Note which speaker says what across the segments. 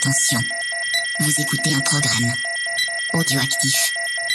Speaker 1: Attention, vous écoutez un programme audioactif.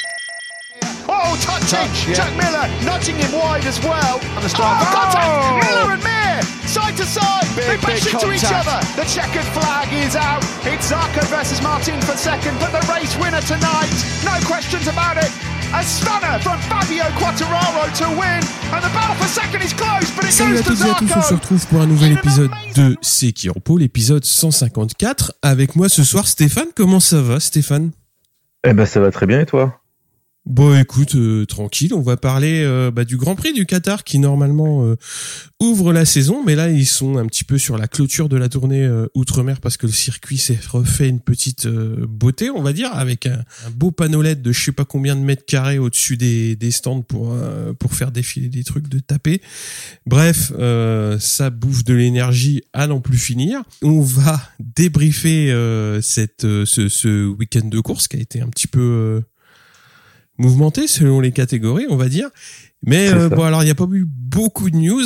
Speaker 2: Oh, touching! Jack Miller nudging him wide as well. Contact! Miller and Mir! Side to side! They bash into each other! The checkered flag is out. It's Zarco versus Martin for second, but the race winner tonight, no questions about it. A stunner from Fabio Quartararo to win, and the battle for second is close, but it
Speaker 3: Salut
Speaker 2: goes to
Speaker 3: à tous, on se
Speaker 2: Zarco.
Speaker 3: retrouve pour un nouvel épisode de C'est qui repos, l'épisode 154. Avec moi ce soir Stéphane, comment ça va Stéphane ?
Speaker 4: Eh ben ça va très bien et toi ?
Speaker 3: Bon écoute, tranquille, on va parler du Grand Prix du Qatar qui normalement ouvre la saison, mais là ils sont un petit peu sur la clôture de la tournée Outre-mer parce que le circuit s'est refait une petite beauté, on va dire, avec un beau panneau LED de je sais pas combien de mètres carrés au-dessus des stands pour faire défiler des trucs de taper. Bref, ça bouffe de l'énergie à n'en plus finir. On va débriefer ce week-end de course qui a été un petit peu mouvementé selon les catégories, on va dire. Mais bon, alors il n'y a pas eu beaucoup de news,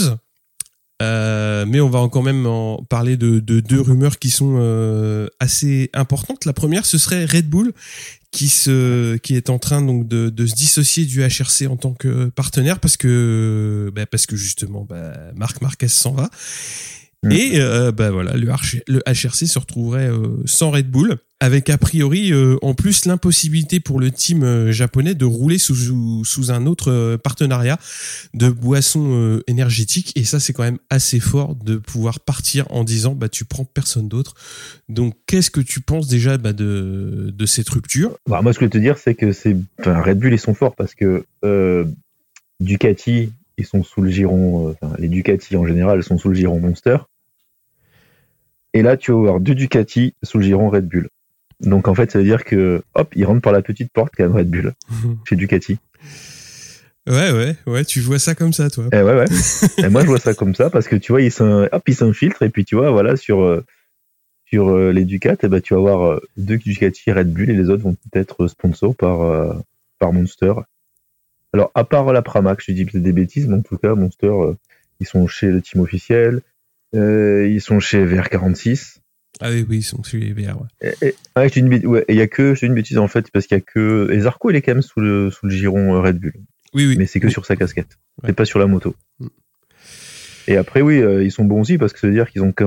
Speaker 3: mais on va quand même en parler de deux rumeurs qui sont assez importantes. La première, ce serait Red Bull qui est en train donc de se dissocier du HRC en tant que partenaire parce que justement Marc Marquez s'en va. Et voilà, le HRC se retrouverait sans Red Bull, avec a priori en plus l'impossibilité pour le team japonais de rouler sous un autre partenariat de boissons énergétiques. Et ça, c'est quand même assez fort de pouvoir partir en disant tu prends personne d'autre. Donc, qu'est-ce que tu penses déjà de cette rupture ?
Speaker 4: Moi, ce que je veux te dire, c'est que Red Bull, ils sont forts parce que Ducati, ils sont sous le giron. Les Ducati en général sont sous le giron Monster. Et là, tu vas avoir deux Ducati sous le giron Red Bull. Donc, en fait, ça veut dire que, hop, ils rentrent par la petite porte quand même Red Bull, chez Ducati.
Speaker 3: Ouais, tu vois ça comme ça, toi.
Speaker 4: Ouais. Et moi, je vois ça comme ça parce que, tu vois, ils s'infiltrent et puis, tu vois, voilà, sur les Ducati, tu vas avoir deux Ducati Red Bull et les autres vont peut-être sponsors par Monster. Alors, à part la Pramac, je dis peut-être des bêtises, mais en tout cas, Monster, ils sont chez le team officiel. Ils sont chez VR46.
Speaker 3: Ah oui, ils sont chez VR, ouais.
Speaker 4: Je dis une bêtise, ouais, et il y a que, je dis une bêtise en fait, parce qu'il y a que, et Zarco, il est quand même sous le giron Red Bull.
Speaker 3: Oui.
Speaker 4: Mais c'est que sur sa casquette.
Speaker 3: Ouais.
Speaker 4: C'est pas sur la moto. Et après, oui, ils sont bons aussi parce que ça veut dire qu'ils ont quand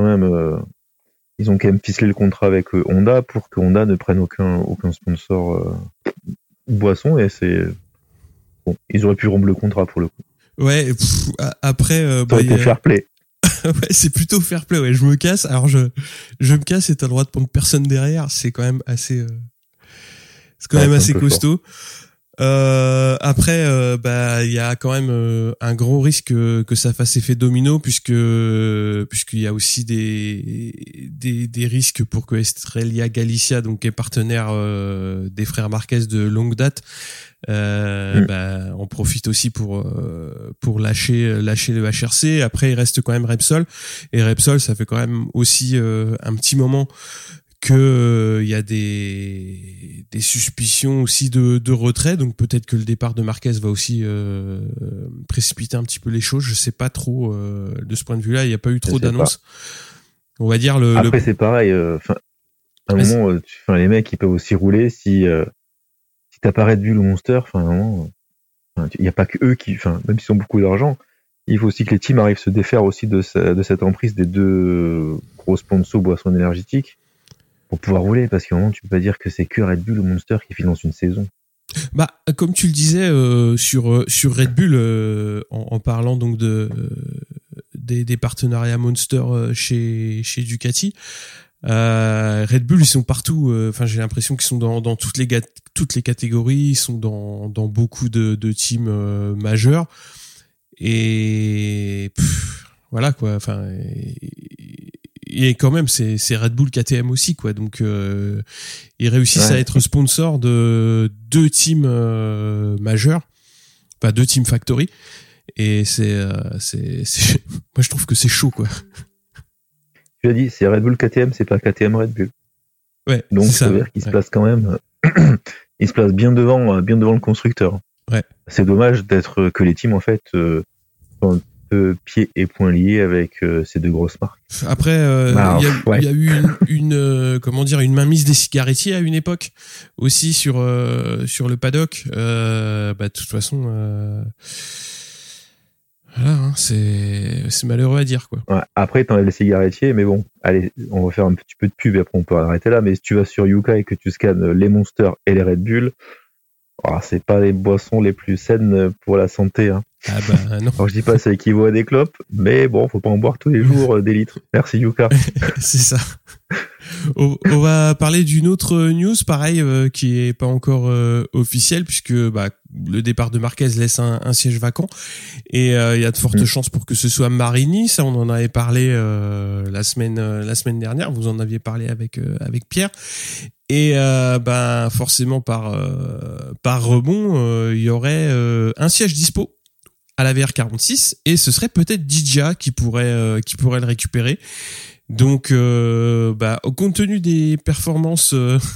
Speaker 4: même ficelé le contrat avec Honda pour que Honda ne prenne aucun sponsor boisson et c'est, bon, ils auraient pu rompre le contrat pour le coup.
Speaker 3: Ouais, après,
Speaker 4: ça aurait été fair play.
Speaker 3: Ouais, c'est plutôt fair play, ouais. Je me casse. Alors, je me casse et t'as le droit de prendre personne derrière. C'est quand même assez, assez costaud. Après, il y a quand même un gros risque que ça fasse effet domino puisqu'il y a aussi des risques pour que Estrella Galicia, donc qui est partenaire des frères Marquez de longue date, on profite aussi pour lâcher le HRC. Après, il reste quand même Repsol, et Repsol, ça fait quand même aussi un petit moment que il y a des suspicions aussi de retrait, donc peut-être que le départ de Marquez va aussi précipiter un petit peu les choses. Je sais pas trop de ce point de vue-là, il n'y a pas eu trop d'annonces. On va dire
Speaker 4: Après c'est pareil. À un moment, les mecs ils peuvent aussi rouler si t'as pas Red Bull ou Monster. Il y a pas que eux qui, même s'ils ont beaucoup d'argent, il faut aussi que les teams arrivent à se défaire aussi de cette emprise des deux gros sponsors boissons énergétiques pour pouvoir rouler, parce qu'à un moment tu peux pas dire que c'est que Red Bull ou Monster qui financent une saison.
Speaker 3: Comme tu le disais sur Red Bull, en parlant donc des partenariats Monster chez Ducati, Red Bull ils sont partout. J'ai l'impression qu'ils sont dans toutes les catégories, ils sont dans beaucoup de teams majeurs, et voilà quoi. Et quand même, c'est Red Bull KTM aussi, quoi. Donc, ils réussissent à être sponsors de deux teams majeurs, deux teams factory. Et moi, je trouve que c'est chaud, quoi.
Speaker 4: Tu as dit, c'est Red Bull KTM, c'est pas KTM Red Bull.
Speaker 3: Ouais.
Speaker 4: Donc, ça veut dire qu'il se place quand même, il se place bien devant le constructeur.
Speaker 3: Ouais.
Speaker 4: C'est dommage que les teams, en fait, peu pieds et poings liés avec ces deux grosses marques.
Speaker 3: Après, il y a eu une mainmise des cigarettiers à une époque aussi sur le paddock. De toute façon, voilà, hein, c'est malheureux à dire, quoi.
Speaker 4: Ouais, après, t'enlèves les cigarettiers, mais bon, allez, on va faire un petit peu de pub et après on peut arrêter là. Mais si tu vas sur Yuka et que tu scannes les Monster et les Red Bull, c'est pas les boissons les plus saines pour la santé, hein.
Speaker 3: Ah bah non.
Speaker 4: Alors je dis pas ça équivaut à des clopes, mais bon, faut pas en boire tous les jours des litres. Merci Yuka.
Speaker 3: C'est ça. On va parler d'une autre news, pareil, qui est pas encore officielle, puisque le départ de Marquez laisse un siège vacant et il y a de fortes chances pour que ce soit Marini. Ça, on en avait parlé la semaine dernière. Vous en aviez parlé avec Pierre. Et forcément par rebond, il y aurait un siège dispo à la VR46 et ce serait peut-être Didja qui pourrait le récupérer. Donc compte tenu des performances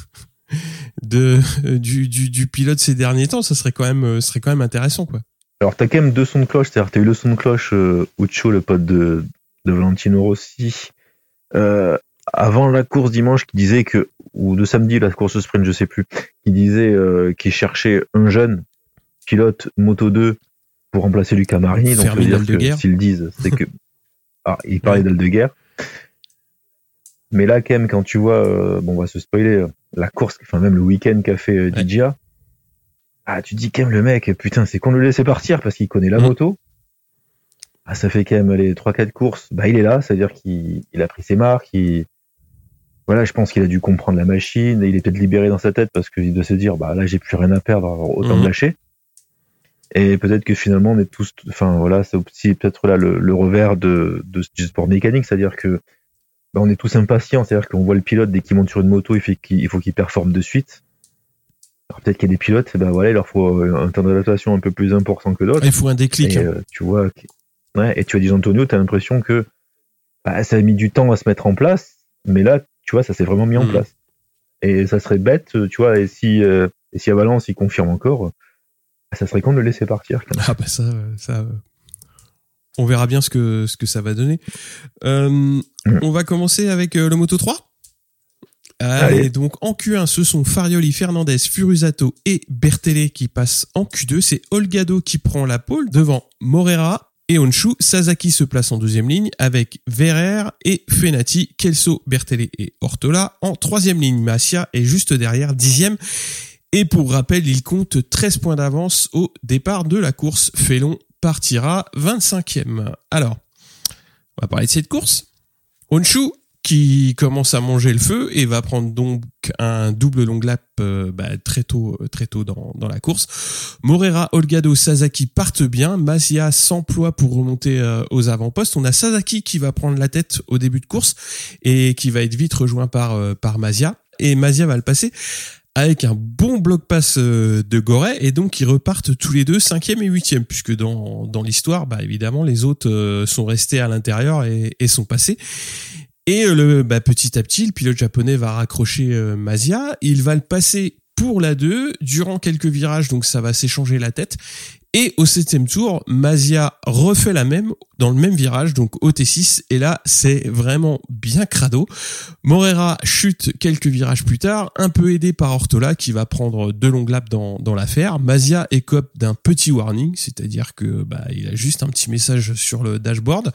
Speaker 3: du pilote ces derniers temps, ça serait quand même intéressant, quoi.
Speaker 4: Alors t'as quand même deux sons de cloche, c'est-à-dire t'as eu le son de cloche Uccio, le pote de Valentino Rossi, avant la course dimanche, qui disait ou de samedi, la course sprint, je sais plus, qui disait qu'il cherchait un jeune pilote Moto 2 pour remplacer Luca Marini. Donc, s'ils disent, c'est que, il parlait d'Aldeguerre. Mais là, quand même, quand tu vois, on va se spoiler, la course, enfin, même le week-end qu'a fait Didja, tu dis quand même, le mec, putain, c'est qu'on le laissait partir parce qu'il connaît la moto. Ça fait quand même les 3-4 courses, il est là, c'est-à-dire qu'il a pris ses marques, voilà, je pense qu'il a dû comprendre la machine, et il est peut-être libéré dans sa tête parce qu'il doit se dire, là, j'ai plus rien à perdre, autant me lâcher. Et peut-être que finalement, on est tous, c'est aussi peut-être là le revers du sport mécanique, c'est-à-dire que, on est tous impatients, c'est-à-dire qu'on voit le pilote, dès qu'il monte sur une moto, il faut qu'il performe de suite. Alors peut-être qu'il y a des pilotes, il leur faut un temps d'adaptation un peu plus important que d'autres.
Speaker 3: Il faut un déclic.
Speaker 4: Et, tu vois, et tu as dit Antonio, t'as l'impression que, ça a mis du temps à se mettre en place, mais là, tu vois, ça s'est vraiment mis en place. Et ça serait bête, tu vois, et si à Valence, il confirme encore, ça serait con de le laisser partir.
Speaker 3: Ça, on verra bien ce que ça va donner. On va commencer avec le Moto 3. Allez, donc en Q1, ce sont Farioli, Fernandez, Furusato et Bertele qui passent en Q2. C'est Olgado qui prend la pole devant Morera et Honshu. Sasaki se place en deuxième ligne avec Verrer et Fenati, Kelso, Bertele et Ortola. En troisième ligne, Massia est juste derrière, 10e. Et pour rappel, il compte 13 points d'avance au départ de la course. Félon partira 25e. Alors, on va parler de cette course. Honshu qui commence à manger le feu et va prendre donc un double long lap très tôt dans la course. Morera, Olgado, Sasaki partent bien. Massia s'emploie pour remonter aux avant-postes. On a Sasaki qui va prendre la tête au début de course et qui va être vite rejoint par Massia. Et Massia va le passer avec un bon bloc pass de Goret, et donc ils repartent tous les deux 5e et 8e, puisque dans l'histoire, évidemment, les autres sont restés à l'intérieur et sont passés. Et petit à petit, le pilote japonais va raccrocher Massia, il va le passer pour la 2, durant quelques virages, donc ça va s'échanger la tête. Et au 7e tour, Massia refait la même, dans le même virage, donc au T6, et là, c'est vraiment bien crado. Morera chute quelques virages plus tard, un peu aidé par Ortola, qui va prendre 2 longues laps dans l'affaire. Massia écope d'un petit warning, c'est-à-dire que, il a juste un petit message sur le dashboard.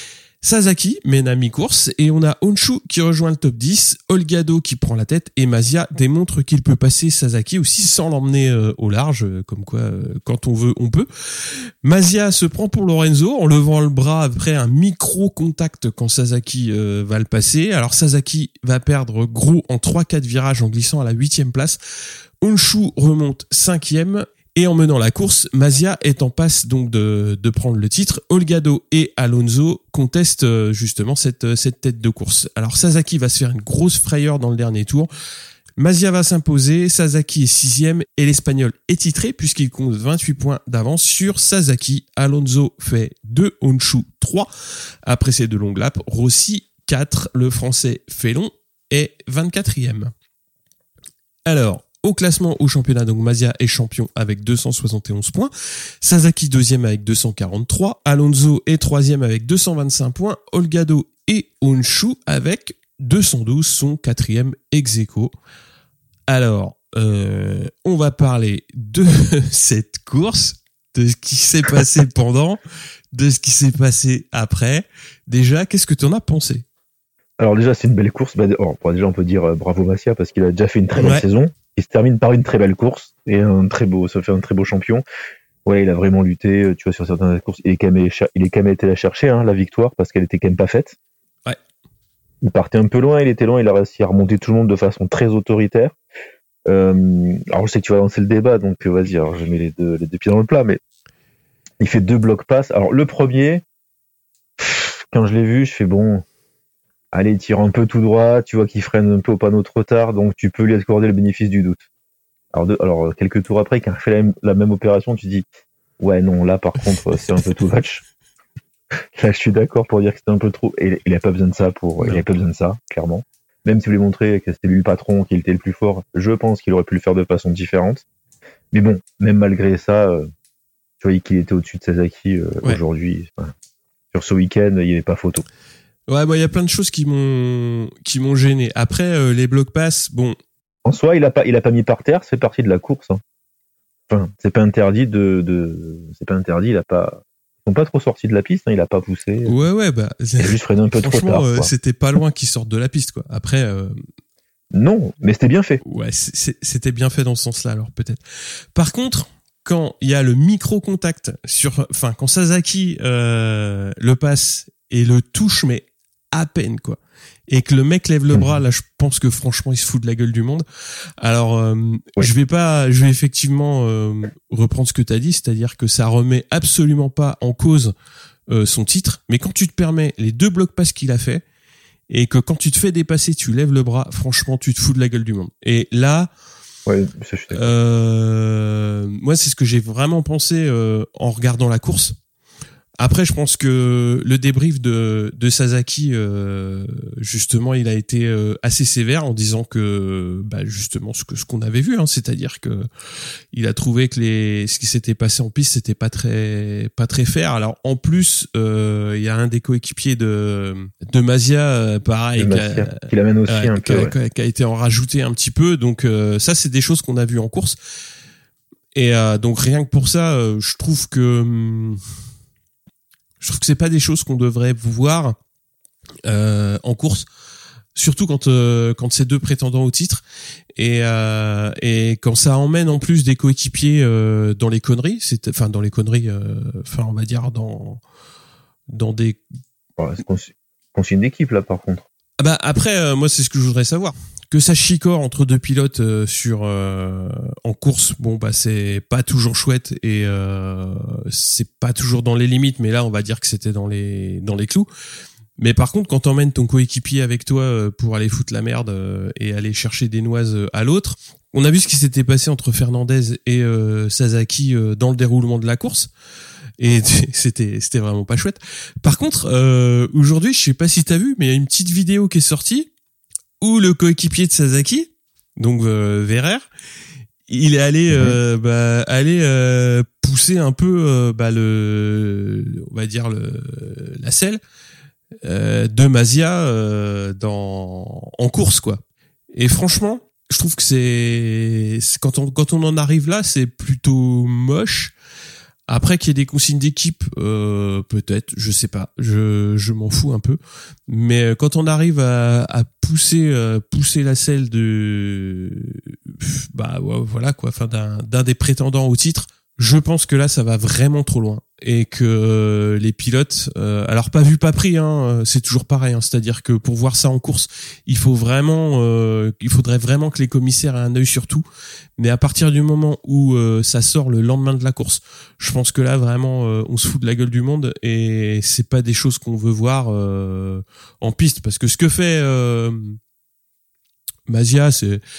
Speaker 3: Sasaki mène à mi-course et on a Honshu qui rejoint le top 10, Olgado qui prend la tête et Massia démontre qu'il peut passer Sasaki aussi sans l'emmener au large, comme quoi quand on veut on peut. Massia se prend pour Lorenzo en levant le bras après un micro-contact quand Sasaki va le passer. Alors Sasaki va perdre gros en 3-4 virages en glissant à la 8e place. Honshu remonte 5e. Et en menant la course, Massia est en passe donc de prendre le titre. Olgado et Alonso contestent justement cette tête de course. Alors Sasaki va se faire une grosse frayeur dans le dernier tour. Massia va s'imposer, Sasaki est 6e et l'Espagnol est titré puisqu'il compte 28 points d'avance sur Sasaki. Alonso fait 2, Honshu 3 après ces 2 longues laps. Rossi 4, le Français Félon est 24e. Alors, Au classement, au championnat, donc Mazia est champion avec 271 points. Sasaki deuxième avec 243. Alonso est troisième avec 225 points. Holgado et Honshu avec 212 sont quatrième ex aequo. Alors, on va parler de cette course, de ce qui s'est passé pendant, de ce qui s'est passé après. Déjà, qu'est-ce que tu en as pensé?
Speaker 4: Alors déjà, c'est une belle course. Déjà, on peut dire bravo Massia parce qu'il a déjà fait une très belle saison. Il se termine par une très belle course et ça fait un très beau champion. Ouais, il a vraiment lutté. Tu vois, sur certaines courses, il est quand même été la chercher, la victoire, parce qu'elle était quand même pas faite.
Speaker 3: Ouais.
Speaker 4: Il partait un peu loin, il était loin, il a réussi à remonter tout le monde de façon très autoritaire. Alors je sais que tu vas lancer le débat, donc vas-y. Alors je mets les deux pieds dans le plat, mais il fait 2 blocs pass. Alors le premier, quand je l'ai vu, je fais bon. Allez, il tire un peu tout droit, tu vois qu'il freine un peu au panneau trop tard, donc tu peux lui accorder le bénéfice du doute. Alors quelques tours après, quand il fait la même opération, tu dis, ouais, non, là, par contre, c'est un peu too much. Là, je suis d'accord pour dire que c'était un peu trop, et il a pas besoin de ça il a pas besoin de ça, clairement. Même si vous voulez montrer que c'était lui le patron, qu'il était le plus fort, je pense qu'il aurait pu le faire de façon différente. Mais bon, même malgré ça, tu vois qu'il était au-dessus de Sasaki, aujourd'hui. Sur ce week-end, il n'y avait pas photo.
Speaker 3: Ouais, il y a plein de choses qui m'ont gêné. Après, les blocs pass, bon.
Speaker 4: En soi, il a pas mis par terre, c'est parti de la course. Enfin, c'est pas interdit c'est pas interdit, ils sont pas trop sortis de la piste, il a pas poussé.
Speaker 3: Ouais,
Speaker 4: il a juste freiné un peu trop tard.
Speaker 3: Franchement, c'était pas loin qu'ils sortent de la piste, quoi. Après,
Speaker 4: non, mais c'était bien fait.
Speaker 3: Ouais, c'était bien fait dans ce sens-là, alors peut-être. Par contre, quand il y a le micro-contact quand Sasaki, le passe et le touche, mais à peine, quoi. Et que le mec lève le bras, là, je pense que franchement, il se fout de la gueule du monde. Alors, je vais effectivement reprendre ce que t'as dit, c'est-à-dire que ça remet absolument pas en cause son titre, mais quand tu te permets les 2 blocs pass qu'il a fait, et que quand tu te fais dépasser, tu lèves le bras, franchement, tu te fous de la gueule du monde. Et là,
Speaker 4: ouais, ça, je suis d'accord.
Speaker 3: moi, c'est ce que j'ai vraiment pensé en regardant la course. Après, je pense que le débrief de Sasaki, justement, il a été assez sévère en disant que, justement, ce qu'on avait vu, c'est-à-dire que il a trouvé que ce qui s'était passé en piste, c'était pas très fair. Alors, en plus, il y a un des coéquipiers de Mazia, pareil,
Speaker 4: qui l'amène aussi un peu,
Speaker 3: qui a été en rajouté un petit peu. Donc, ça, c'est des choses qu'on a vues en course. Et donc, rien que pour ça, je trouve que c'est pas des choses qu'on devrait voir en course, surtout quand c'est 2 prétendants au titre et quand ça emmène en plus des coéquipiers dans les conneries, on va dire dans des
Speaker 4: consigne d'équipe là par contre.
Speaker 3: Après moi c'est ce que je voudrais savoir. Que ça chicore entre 2 pilotes en course, c'est pas toujours chouette et c'est pas toujours dans les limites, mais là on va dire que c'était dans les clous. Mais par contre, quand t'emmènes ton coéquipier avec toi pour aller foutre la merde et aller chercher des noises à l'autre, on a vu ce qui s'était passé entre Fernandez et Sasaki dans le déroulement de la course. Et c'était vraiment pas chouette. Par contre, aujourd'hui, je sais pas si t'as vu, mais il y a une petite vidéo qui est sortie où le coéquipier de Sasaki, donc Wehrer, il est allé pousser un peu on va dire la selle de Mazia en course, quoi. Et franchement, je trouve que c'est quand on en arrive là, c'est plutôt moche. Après qu'il y ait des consignes d'équipe, peut-être, je sais pas, je m'en fous un peu. Mais quand on arrive à pousser la selle voilà quoi, d'un des prétendants au titre, je pense que là ça va vraiment trop loin et que les pilotes, alors pas vu pas pris, c'est toujours pareil, c'est-à-dire que pour voir ça en course, il faudrait vraiment que les commissaires aient un œil sur tout. Mais à partir du moment où ça sort le lendemain de la course, je pense que là vraiment on se fout de la gueule du monde et c'est pas des choses qu'on veut voir en piste, parce que ce que fait Mazia,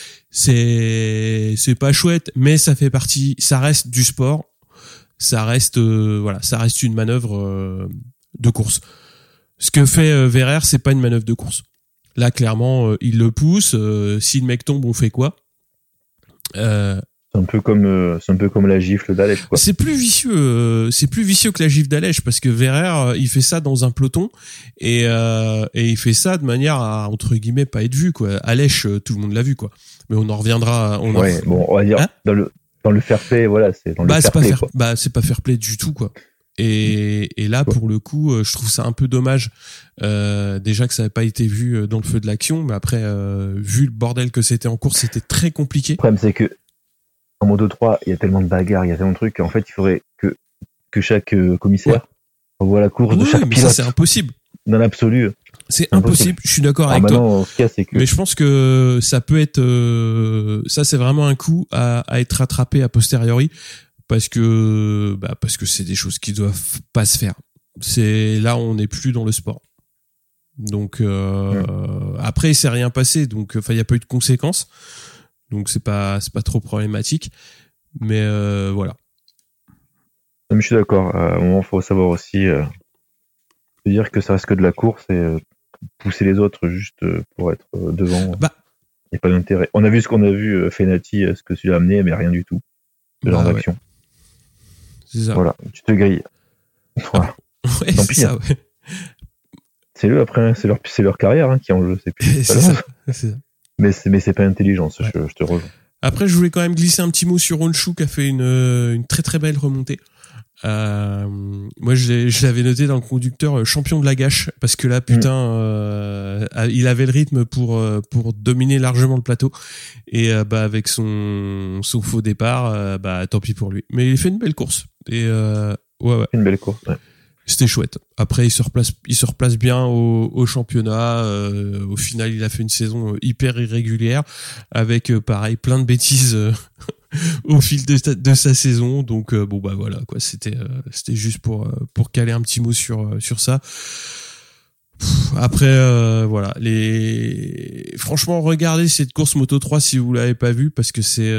Speaker 3: c'est pas chouette, mais ça fait partie, ça reste du sport, ça reste ça reste une manœuvre de course. Ce que fait Wehrer, c'est pas une manœuvre de course. Là clairement il le pousse, si le mec tombe, on fait quoi?
Speaker 4: C'est un peu comme la gifle d'Alèche, quoi.
Speaker 3: C'est plus vicieux que la gifle d'Alèche parce que Verrer, il fait ça dans un peloton et il fait ça de manière à entre guillemets pas être vu, quoi. Alèche, tout le monde l'a vu, quoi. Mais on en reviendra.
Speaker 4: Bon, on va dire dans le fair play, voilà, c'est dans le fair play.
Speaker 3: C'est pas fair play du tout, quoi. Et là, pour le coup, je trouve ça un peu dommage. Déjà que ça n'avait pas été vu dans le feu de l'action, mais après, vu le bordel que c'était en course, c'était très compliqué.
Speaker 4: Le problème, c'est que en Moto 3, il y a tellement de bagarres, il y a tellement de trucs qu'en fait, il faudrait que chaque commissaire revoie la course de chaque pilote.
Speaker 3: Ça, c'est impossible.
Speaker 4: Dans l'absolu.
Speaker 3: C'est impossible. Je suis d'accord avec
Speaker 4: toi.
Speaker 3: Mais je pense que ça peut être, ça, c'est vraiment un coup à être rattrapé a posteriori. Parce que c'est des choses qui doivent pas se faire. Là, on n'est plus dans le sport. Donc après, il s'est rien passé. Donc il y a pas eu de conséquences. Donc c'est pas trop problématique. Mais voilà.
Speaker 4: Je suis d'accord. À un moment, faut savoir aussi dire que ça reste que de la course et pousser les autres juste pour être devant. Il n'y a pas d'intérêt. On a vu ce qu'on a vu Fenati, ce que tu as amené, mais rien du tout. Ce genre d'action. Ouais.
Speaker 3: C'est ça.
Speaker 4: Voilà, tu te grilles. Voilà.
Speaker 3: Ouais, tant pis. Ça, ouais.
Speaker 4: C'est eux après, c'est leur carrière qui est en jeu. C'est ça. Mais c'est pas intelligence. Ouais. Je te rejoins.
Speaker 3: Après, je voulais quand même glisser un petit mot sur Honshu qui a fait une très très belle remontée. Moi, je l'avais noté dans le conducteur champion de la gâche parce que là, putain, il avait le rythme pour dominer largement le plateau et avec son faux départ, tant pis pour lui. Mais il fait une belle course et ouais.
Speaker 4: Une belle course. Ouais.
Speaker 3: C'était chouette. Après, il se replace bien au championnat. Au final, il a fait une saison hyper irrégulière avec pareil plein de bêtises. Au fil de sa saison, donc voilà quoi, c'était juste pour caler un petit mot sur ça. Après voilà, franchement, regardez cette course Moto 3 si vous l'avez pas vue parce que c'est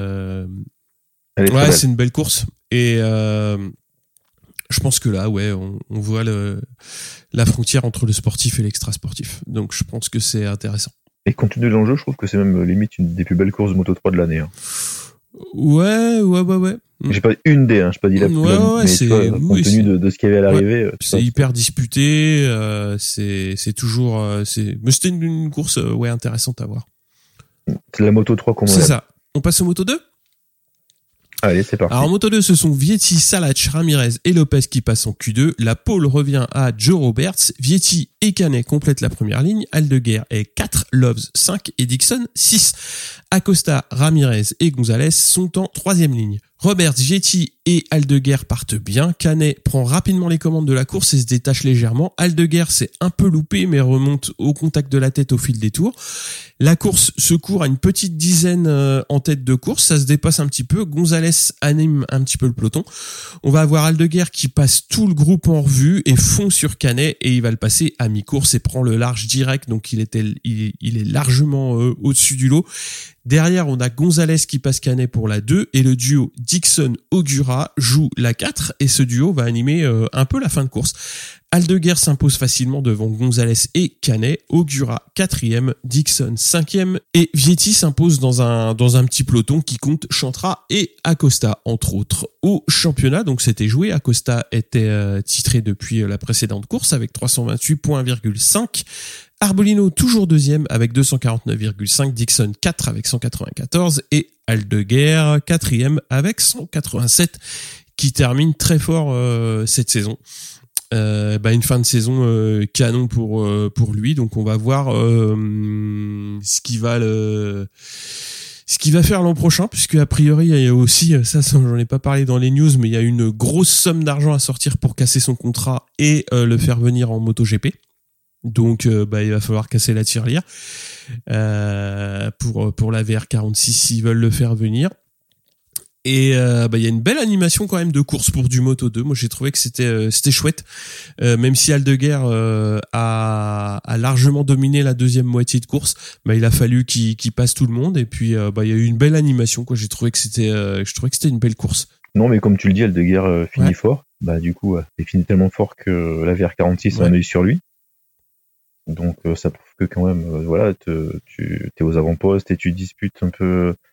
Speaker 3: c'est une belle course et je pense que là on voit la frontière entre le sportif et l'extra sportif, donc je pense que c'est intéressant.
Speaker 4: Et compte tenu de l'enjeu, je trouve que c'est même limite une des plus belles courses de Moto 3 de l'année.
Speaker 3: Ouais.
Speaker 4: J'ai pas une des, j'ai pas dit la plus bonne, mais compte tenu de ce qu'il y avait à l'arrivée.
Speaker 3: C'est hyper disputé, c'est toujours, mais c'était une course, intéressante à voir.
Speaker 4: C'est la Moto 3 qu'on
Speaker 3: C'est ça. On passe au Moto 2?
Speaker 4: Allez, c'est parti.
Speaker 3: Alors en Moto 2, ce sont Vietti, Salach, Ramirez et Lopez qui passent en Q2. La pole revient à Joe Roberts. Vietti et Canet complètent la première ligne. Aldeguer est 4, Loves 5 et Dixon 6. Acosta, Ramirez et Gonzalez sont en troisième ligne. Roberts, Vietti et Aldeguer partent bien. Canet prend rapidement les commandes de la course et se détache légèrement. Aldeguer s'est un peu loupé mais remonte au contact de la tête au fil des tours. La course se court à une petite dizaine en tête de course. Ça se dépasse un petit peu. Gonzalez anime un petit peu le peloton. On va avoir Aldeguer qui passe tout le groupe en revue et fond sur Canet et il va le passer à mi-course et prend le large direct. Donc il est largement au-dessus du lot. Derrière, on a Gonzalez qui passe Canet pour la 2 et le duo Dixon-Ogura joue la 4 et ce duo va animer un peu la fin de course. Aldeguer s'impose facilement devant Gonzalez et Canet, Ogura 4e, Dixon 5e et Vietti s'impose dans un petit peloton qui compte Chantra et Acosta entre autres. Au championnat, donc c'était joué, Acosta était titré depuis la précédente course avec 328,5 points. Arbolino toujours deuxième avec 249,5, Dixon 4 avec 194 et Aldeguer 4e avec 187 qui termine très fort cette saison. Une fin de saison canon pour lui, donc on va voir ce qu'il va faire l'an prochain, puisque a priori il y a aussi, ça j'en ai pas parlé dans les news, mais il y a une grosse somme d'argent à sortir pour casser son contrat et le faire venir en MotoGP. Donc il va falloir casser la tirelire pour la VR46 s'ils veulent le faire venir. Et il y a une belle animation quand même de course pour du Moto 2. Moi j'ai trouvé que c'était chouette, même si Aldeguer a largement dominé la deuxième moitié de course. Il a fallu qu'il passe tout le monde et puis il y a eu une belle animation quoi. J'ai trouvé que c'était une belle course.
Speaker 4: Non mais comme tu le dis, Aldeguer finit fort. Du coup il finit tellement fort que la VR46 a un œil sur lui. Donc ça prouve que quand même tu es aux avant-postes et tu disputes un peu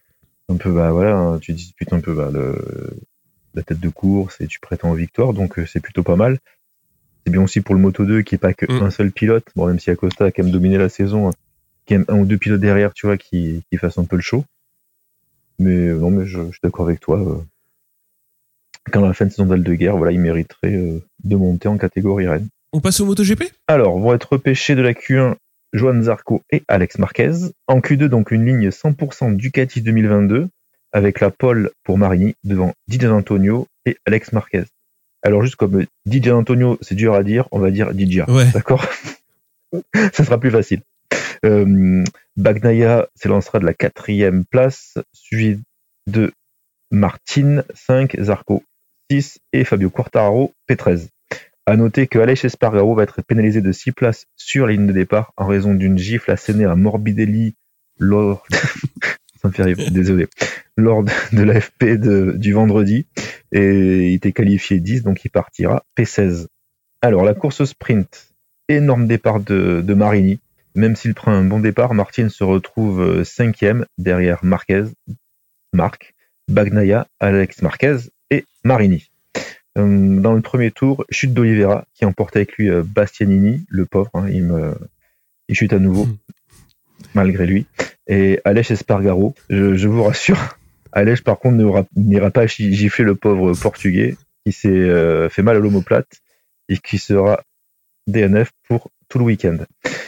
Speaker 4: un peu, voilà, tu disputes un peu la tête de course et tu prétends aux victoires, donc c'est plutôt pas mal. C'est bien aussi pour le Moto2 qui est pas que un seul pilote, bon, même si Acosta a quand même dominé la saison, qu'il y ait un ou deux pilotes derrière, tu vois, qui fassent un peu le show. Mais non, mais je suis d'accord avec toi. Quand à la fin de saison d'Aldeguerre, voilà, il mériterait de monter en catégorie Rennes.
Speaker 3: On passe au MotoGP ?
Speaker 4: Alors, vont être repêchés de la Q1 Johan Zarco et Alex Marquez. En Q2, donc une ligne 100% Ducati 2022, avec la pole pour Marini devant Di Giannantonio et Alex Marquez. Alors, juste comme Di Giannantonio, c'est dur à dire, on va dire Digia.
Speaker 3: Ouais.
Speaker 4: D'accord ? Ça sera plus facile. Bagnaia s'élancera de la 4e place, suivi de Martin 5, Zarco 6 et Fabio Quartararo P13. À noter que Aleix Espargaro va être pénalisé de 6 places sur la ligne de départ en raison d'une gifle assénée à Morbidelli lors ça me fait rire, désolé, lors de l'AFP du vendredi, et il était qualifié 10, donc il partira P16. Alors la course sprint, énorme départ de Marini. Même s'il prend un bon départ, Martin se retrouve 5e derrière Marc, Bagnaia, Alex Marquez et Marini. Dans le premier tour, chute d'Oliveira qui emporte avec lui Bastianini, le pauvre, hein, il chute à nouveau malgré lui. Et Aleix Espargaro, je vous rassure, Aleix par contre n'ira pas gifler le pauvre portugais qui s'est fait mal à l'omoplate et qui sera DNF pour tout le week-end.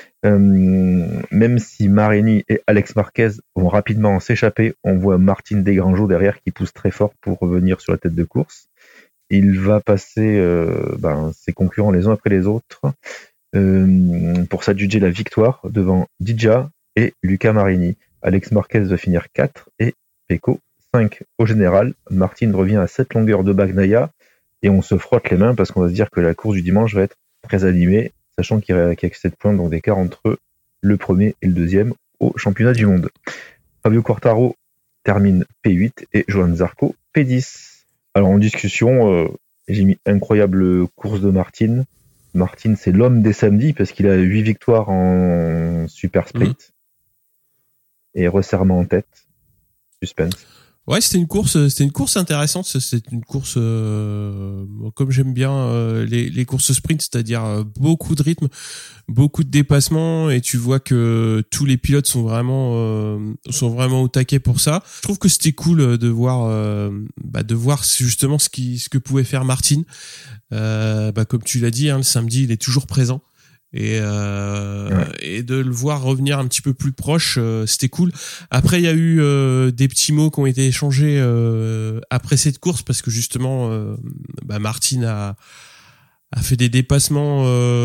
Speaker 4: Même si Marini et Alex Marquez vont rapidement s'échapper, on voit Martin Desgrangeaux derrière qui pousse très fort pour revenir sur la tête de course. Il va passer ses concurrents les uns après les autres pour s'adjuger la victoire devant Digia et Luca Marini. Alex Marquez va finir 4 et Pecco 5 au général. Martin revient à 7 longueurs de Bagnaia et on se frotte les mains parce qu'on va se dire que la course du dimanche va être très animée, sachant qu'il y a 7 points donc d'écart entre le premier et le deuxième au championnat du monde. Fabio Quartararo termine P8 et Johan Zarco P10. Alors en discussion, j'ai mis incroyable course de Martin. Martin, c'est l'homme des samedis parce qu'il a 8 victoires en super sprint et resserrement en tête. Suspense.
Speaker 3: Ouais, c'était une course intéressante. C'est une course comme j'aime bien les courses sprint, c'est-à-dire beaucoup de rythme, beaucoup de dépassements, et tu vois que tous les pilotes sont vraiment au taquet pour ça. Je trouve que c'était cool de voir justement ce que pouvait faire Martin. Comme tu l'as dit, hein, le samedi, il est toujours présent. Et de le voir revenir un petit peu plus proche, c'était cool. Après, il y a eu des petits mots qui ont été échangés après cette course parce que justement, Martin a fait des dépassements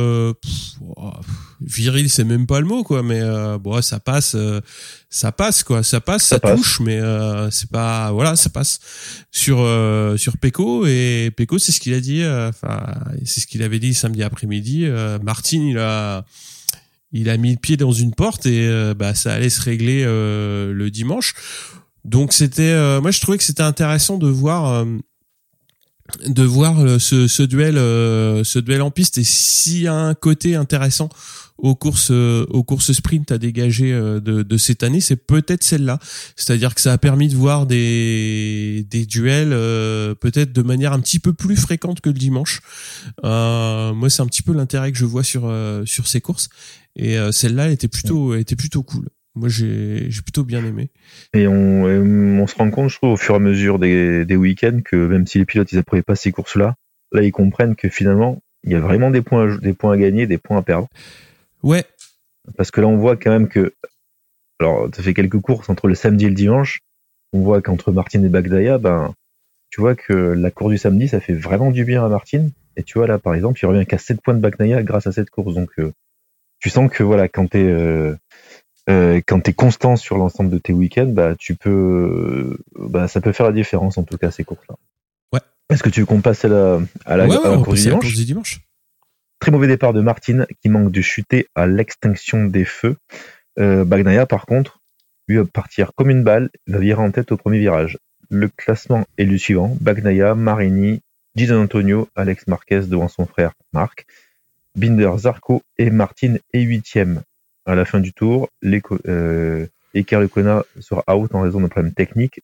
Speaker 3: viril, c'est même pas le mot quoi, mais ça passe quoi, ça touche, mais c'est pas, voilà, ça passe sur Pecco, et Pecco c'est ce qu'il a dit, c'est ce qu'il avait dit samedi après-midi. Martin il a mis le pied dans une porte et ça allait se régler le dimanche. Donc c'était moi je trouvais que c'était intéressant de voir ce duel en piste, et s'il y a un côté intéressant aux courses sprint à dégager de cette année, c'est peut-être celle-là. C'est-à-dire que ça a permis de voir des duels peut-être de manière un petit peu plus fréquente que le dimanche. Moi, c'est un petit peu l'intérêt que je vois sur ces courses, et celle-là était plutôt cool. Moi, j'ai plutôt bien aimé.
Speaker 4: Et on se rend compte, je trouve, au fur et à mesure des week-ends, que même si les pilotes ils n'approuvaient pas ces courses-là, là ils comprennent que finalement il y a vraiment des points à gagner, des points à perdre.
Speaker 3: Ouais.
Speaker 4: Parce que là on voit quand même que, alors ça fait quelques courses entre le samedi et le dimanche, on voit qu'entre Martin et Bagnaia, tu vois que la course du samedi ça fait vraiment du bien à Martin. Et tu vois là par exemple, il revient qu'à 7 points de Bagnaia grâce à cette course. Donc tu sens que voilà, quand t'es constant sur l'ensemble de tes week-ends, ça peut faire la différence en tout cas ces courses-là.
Speaker 3: Ouais.
Speaker 4: Est-ce que tu veux qu'on passe à la course du dimanche ? Très mauvais départ de Martin qui manque de chuter à l'extinction des feux. Bagnaia par contre, lui va partir comme une balle, va virer en tête au premier virage. Le classement est le suivant: Bagnaia, Marini, Di Giannantonio, Alex Marquez devant son frère Marc, Binder, Zarco et Martin est 8e. À la fin du tour, et Karl Kona sera out en raison d'un problème technique,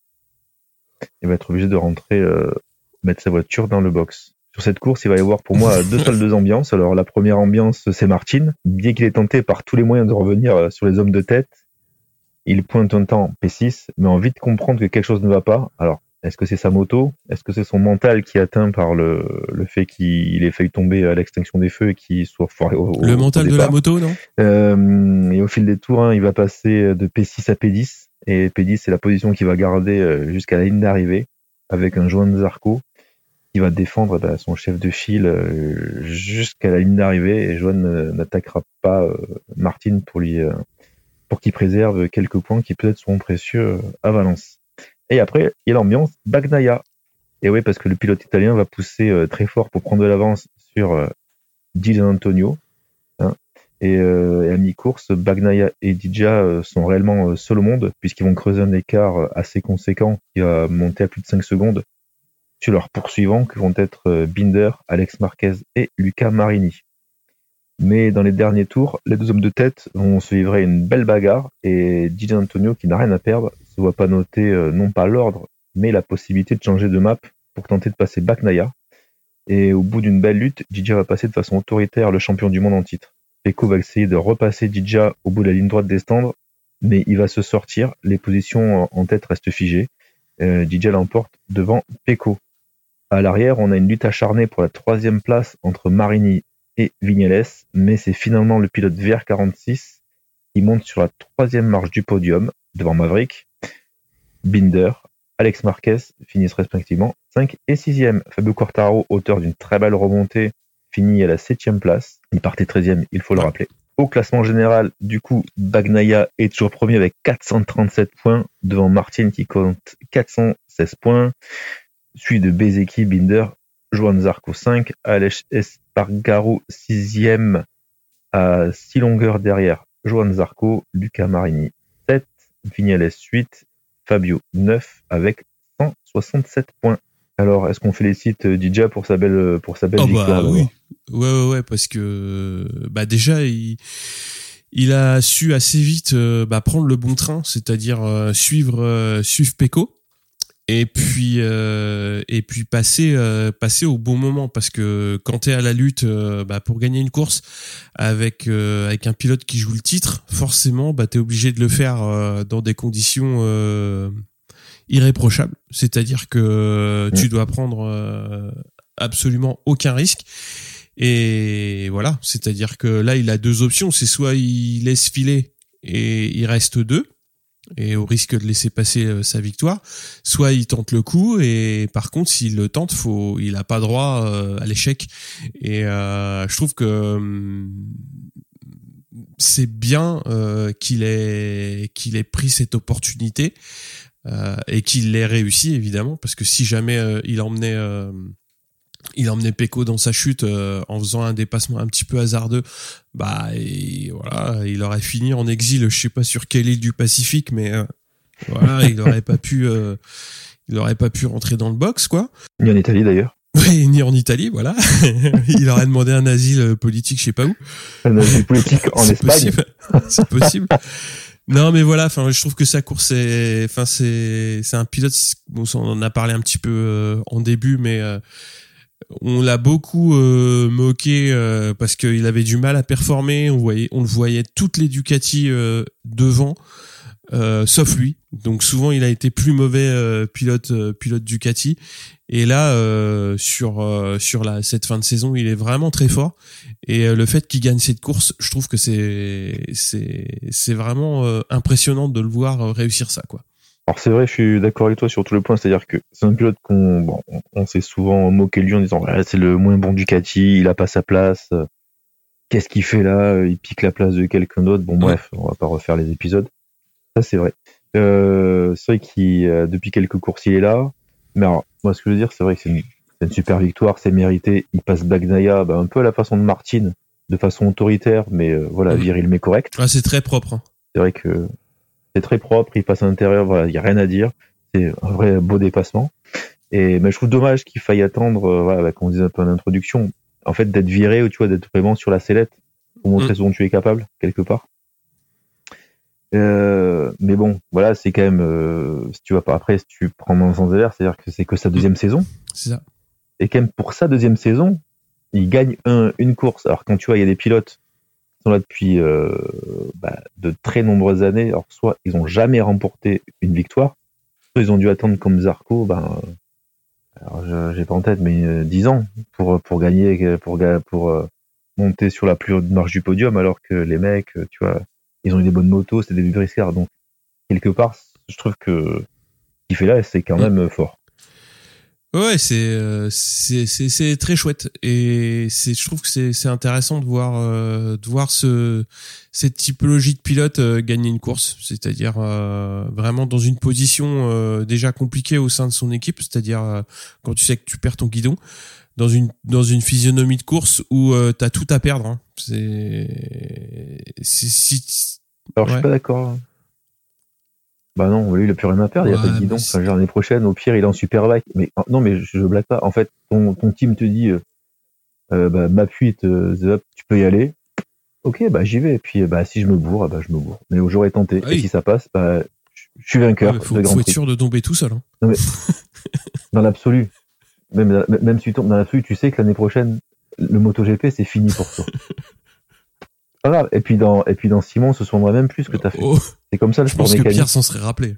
Speaker 4: il va être obligé de rentrer, mettre sa voiture dans le box. Sur cette course, il va y avoir pour moi deux ambiances. Alors la première ambiance, c'est Martin. Bien qu'il ait tenté par tous les moyens de revenir sur les hommes de tête, il pointe un temps P6, mais a envie de comprendre que quelque chose ne va pas. Alors, est-ce que c'est sa moto ? Est-ce que c'est son mental qui est atteint par le fait qu'il ait failli tomber à l'extinction des feux et qu'il soit foiré
Speaker 3: le mental de la moto, non ?
Speaker 4: Et au fil des tours, il va passer de P6 à P10. Et P10, c'est la position qu'il va garder jusqu'à la ligne d'arrivée, avec un Johan Zarco qui va défendre son chef de file jusqu'à la ligne d'arrivée. Et Johan n'attaquera pas Martin pour qu'il préserve quelques points qui peut-être seront précieux à Valence. Et après, il y a l'ambiance Bagnaia. Et oui, parce que le pilote italien va pousser très fort pour prendre de l'avance sur Di Giannantonio. Et à mi-course, Bagnaia et Didja sont réellement seuls au monde, puisqu'ils vont creuser un écart assez conséquent qui va monter à plus de 5 secondes sur leurs poursuivants, qui vont être Binder, Alex Marquez et Luca Marini. Mais dans les derniers tours, les deux hommes de tête vont se livrer une belle bagarre, et Di Giannantonio, qui n'a rien à perdre, se voit pas noter non pas l'ordre, mais la possibilité de changer de map pour tenter de passer Bagnaia. Et au bout d'une belle lutte, Didja va passer de façon autoritaire le champion du monde en titre. Pecco va essayer de repasser Didja au bout de la ligne droite des stands, mais il va se sortir, les positions en tête restent figées. Didja l'emporte devant Pecco. À l'arrière, on a une lutte acharnée pour la 3e place entre Marini et Vignales, mais c'est finalement le pilote VR46 qui monte sur la 3e marche du podium, devant Maverick. Binder, Alex Marquez finissent respectivement 5 et 6e. Fabio Quartararo, auteur d'une très belle remontée, finit à la 7e place. Il partait 13e, il faut le rappeler. Au classement général, du coup, Bagnaia est toujours premier avec 437 points, devant Martin qui compte 416 points. Suivi de Bezeki, Binder, Johan Zarco 5, Aleix Espargaro 6e à 6 longueurs derrière Johan Zarco, Luca Marini 7, Vignales 8, Fabio 9 avec 167 points. Alors, est-ce qu'on félicite Didja pour sa belle victoire?
Speaker 3: Oui. Ouais, parce que déjà il a su assez vite prendre le bon train, c'est-à-dire suivre Pecco. Et puis passer au bon moment, parce que quand t'es à la lutte pour gagner une course avec un pilote qui joue le titre, forcément t'es obligé de le faire dans des conditions irréprochables, c'est-à-dire que tu dois prendre absolument aucun risque. Et voilà, c'est-à-dire que là il a deux options, c'est soit il laisse filer et il reste 2 et au risque de laisser passer sa victoire, soit il tente le coup, et par contre s'il le tente, il a pas droit à l'échec. Et je trouve que c'est bien qu'il ait pris cette opportunité et qu'il l'ait réussi, évidemment, parce que si jamais il emmenait Pecco dans sa chute en faisant un dépassement un petit peu hasardeux, il aurait fini en exil, je sais pas sur quelle île du Pacifique, mais il aurait pas pu rentrer dans le box, quoi.
Speaker 4: Ni en Italie d'ailleurs.
Speaker 3: Oui, ni en Italie, voilà. Il aurait demandé un asile politique, je sais pas où.
Speaker 4: Un asile politique en Espagne.
Speaker 3: C'est possible. Non, mais voilà, je trouve que sa course c'est un pilote, on en a parlé un petit peu en début, mais on l'a beaucoup moqué parce qu'il avait du mal à performer. On le voyait toutes les Ducati devant, sauf lui. Donc souvent il a été plus mauvais pilote Ducati. Et là sur cette fin de saison, il est vraiment très fort. Et le fait qu'il gagne cette course, je trouve que c'est vraiment impressionnant de le voir réussir ça, quoi.
Speaker 4: Alors c'est vrai, je suis d'accord avec toi sur tous les points, c'est-à-dire que c'est un pilote on s'est souvent moqué de lui en disant c'est le moins bon Ducati, il a pas sa place, qu'est-ce qu'il fait là, il pique la place de quelqu'un d'autre. Bref, on va pas refaire les épisodes. Ça c'est vrai. C'est vrai qu'il depuis quelques courses il est là, mais alors moi ce que je veux dire, c'est vrai que c'est une super victoire, c'est mérité. Il passe Bagnaia un peu à la façon de Martin, de façon autoritaire, mais viril mais correct.
Speaker 3: Ah, c'est très propre, hein.
Speaker 4: C'est vrai que c'est très propre, il passe à l'intérieur, il n'y a rien à dire. C'est un vrai beau dépassement. Mais je trouve dommage qu'il faille attendre, comme on disait un peu en introduction, en fait, d'être viré ou d'être vraiment sur la sellette pour montrer ce dont tu es capable, quelque part. mais bon, voilà, c'est quand même, si tu vas pas après, si tu prends dans le sens inverse, c'est-à-dire que c'est que sa deuxième saison.
Speaker 3: C'est ça.
Speaker 4: Et quand même, pour sa deuxième saison, il gagne une course. Alors, quand tu vois, il y a des pilotes qui sont là depuis de très nombreuses années. Alors, soit ils ont jamais remporté une victoire, soit ils ont dû attendre comme Zarco, alors j'ai pas en tête, mais 10 ans pour gagner, pour monter sur la plus haute marche du podium, alors que les mecs, tu vois, ils ont eu des bonnes motos, c'est des briscards. Donc, quelque part, je trouve que ce qu'il fait là, c'est quand même fort.
Speaker 3: Ouais, c'est très chouette et je trouve que c'est intéressant de voir cette typologie de pilote gagner une course, c'est-à-dire vraiment dans une position déjà compliquée au sein de son équipe, c'est-à-dire quand tu sais que tu perds ton guidon, dans une physionomie de course où t'as tout à perdre. Hein.
Speaker 4: Alors je suis pas d'accord. Bah non, lui, il a plus rien à perdre, il a pas de guidon. Enfin, l'année prochaine, au pire, il est en Superbike. Mais non, mais je blague pas. En fait, ton team te dit, m'appuie, tu peux y aller. Ok, j'y vais. Et puis, si je me bourre, je me bourre. Mais j'aurais tenté.
Speaker 3: Oui.
Speaker 4: Et si ça passe, je suis vainqueur.
Speaker 3: Faut être sûr de tomber tout seul. Hein.
Speaker 4: Non, mais, dans l'absolu, même si tu tombes dans l'absolu, tu sais que l'année prochaine, le MotoGP, c'est fini pour toi. Pas grave. Et puis dans 6 mois, on se souviendra même plus ce que t'as fait. C'est comme ça le sport mécanique.
Speaker 3: Je pense que Pierre s'en serait rappelé.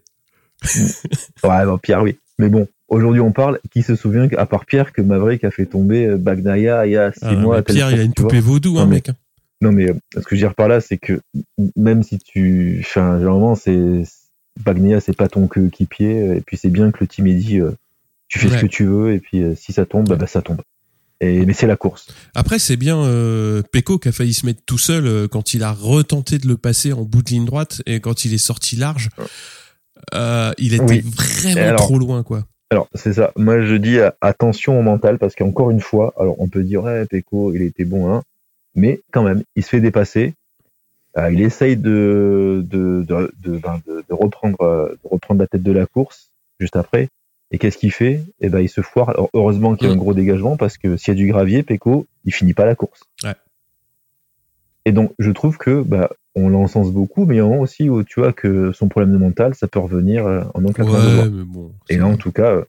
Speaker 4: Ouais, Pierre, oui. Mais bon, aujourd'hui, on parle. Qui se souvient, à part Pierre, que Maverick a fait tomber Bagnaia il y a 6 mois.
Speaker 3: Pierre, il a une poupée vaudou, mec.
Speaker 4: Non, mais ce que je veux dire par là, c'est que même si généralement, Bagnaia, c'est pas ton coéquipier. Et puis, c'est bien que le team ait dit, tu fais ce que tu veux. Et puis, si ça tombe, ça tombe. Mais c'est la course.
Speaker 3: Après, c'est bien Pecco qui a failli se mettre tout seul quand il a retenté de le passer en bout de ligne droite et quand il est sorti large, il était vraiment trop loin, quoi.
Speaker 4: Alors, c'est ça. Moi, je dis attention au mental parce qu'encore une fois, alors on peut dire Pecco, il était bon, hein, mais quand même, il se fait dépasser. Il essaye de reprendre la tête de la course juste après. Et qu'est-ce qu'il fait ? Il se foire. Alors, heureusement qu'il y a un gros dégagement parce que s'il y a du gravier, Pecco, il finit pas la course.
Speaker 3: Ouais.
Speaker 4: Et donc, je trouve que, on l'encense beaucoup, mais il y a un moment aussi où tu vois que son problème de mental, ça peut revenir en un claquement de doigts.
Speaker 3: Mais bon.
Speaker 4: Et là, en tout cas,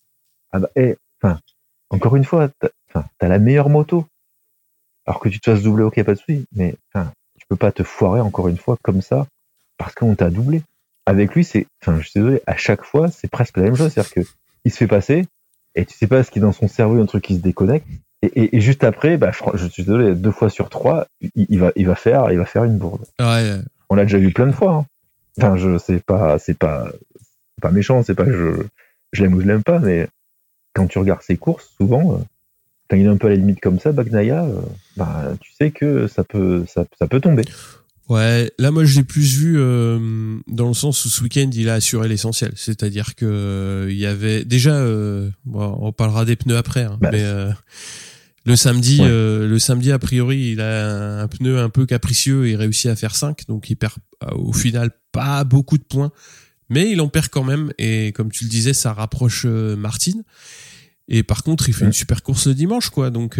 Speaker 4: encore une fois, t'as la meilleure moto. Alors que tu te fasses doubler, ok, pas de souci, mais, tu peux pas te foirer encore une fois comme ça parce qu'on t'a doublé. Avec lui, je suis désolé, à chaque fois, c'est presque la même chose. C'est-à-dire que, il se fait passer, et tu sais pas ce qui est dans son cerveau, un truc qui se déconnecte, et juste après, je suis désolé, 2 fois sur 3, il va faire une bourde.
Speaker 3: Ouais.
Speaker 4: On l'a déjà vu plein de fois, hein. C'est pas méchant, c'est pas que je l'aime ou je l'aime pas, mais quand tu regardes ses courses, souvent, quand il est un peu à la limite comme ça, Bagnaia, tu sais que ça peut tomber.
Speaker 3: Ouais, là moi je l'ai plus vu dans le sens où ce week-end il a assuré l'essentiel, c'est-à-dire que il y avait déjà, on parlera des pneus après, hein, mais le samedi a priori il a un pneu un peu capricieux et il réussit à faire 5, donc il perd au final pas beaucoup de points, mais il en perd quand même et comme tu le disais ça rapproche Martin. Et par contre, il fait une super course le dimanche, quoi. Donc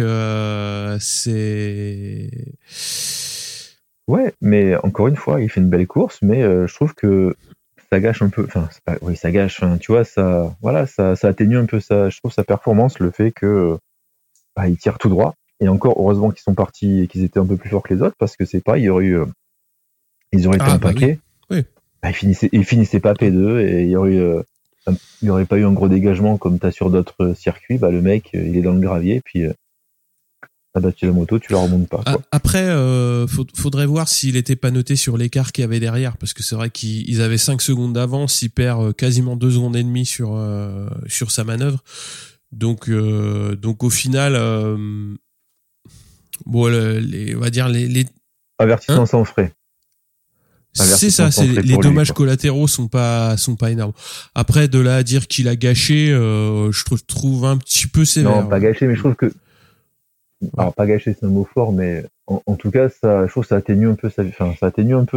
Speaker 3: c'est.
Speaker 4: Ouais, mais encore une fois, il fait une belle course, mais je trouve que ça gâche un peu. Enfin, ça gâche. Tu vois, ça atténue un peu je trouve sa performance, le fait que il tire tout droit. Et encore, heureusement qu'ils sont partis et qu'ils étaient un peu plus forts que les autres, parce que c'est pas, ils auraient été un paquet.
Speaker 3: Oui.
Speaker 4: Ils finissaient pas P2 et il y aurait pas eu un gros dégagement comme t'as sur d'autres circuits. Le mec, il est dans le gravier, puis t'as battu la moto, tu la remontes pas, quoi.
Speaker 3: Après, faudrait voir s'il était pas noté sur l'écart qu'il y avait derrière, parce que c'est vrai qu'ils avaient 5 secondes d'avance, il perd quasiment 2 secondes et demie sur sa manœuvre. Donc au final, on va dire les
Speaker 4: avertissement sans frais.
Speaker 3: C'est ça, les dommages collatéraux sont pas énormes. Après, de là à dire qu'il a gâché, je trouve un petit peu sévère.
Speaker 4: Non, pas gâché, mais je trouve que, alors pas gâché, c'est un mot fort, mais en tout cas, je trouve que ça atténue un peu ça atténue un peu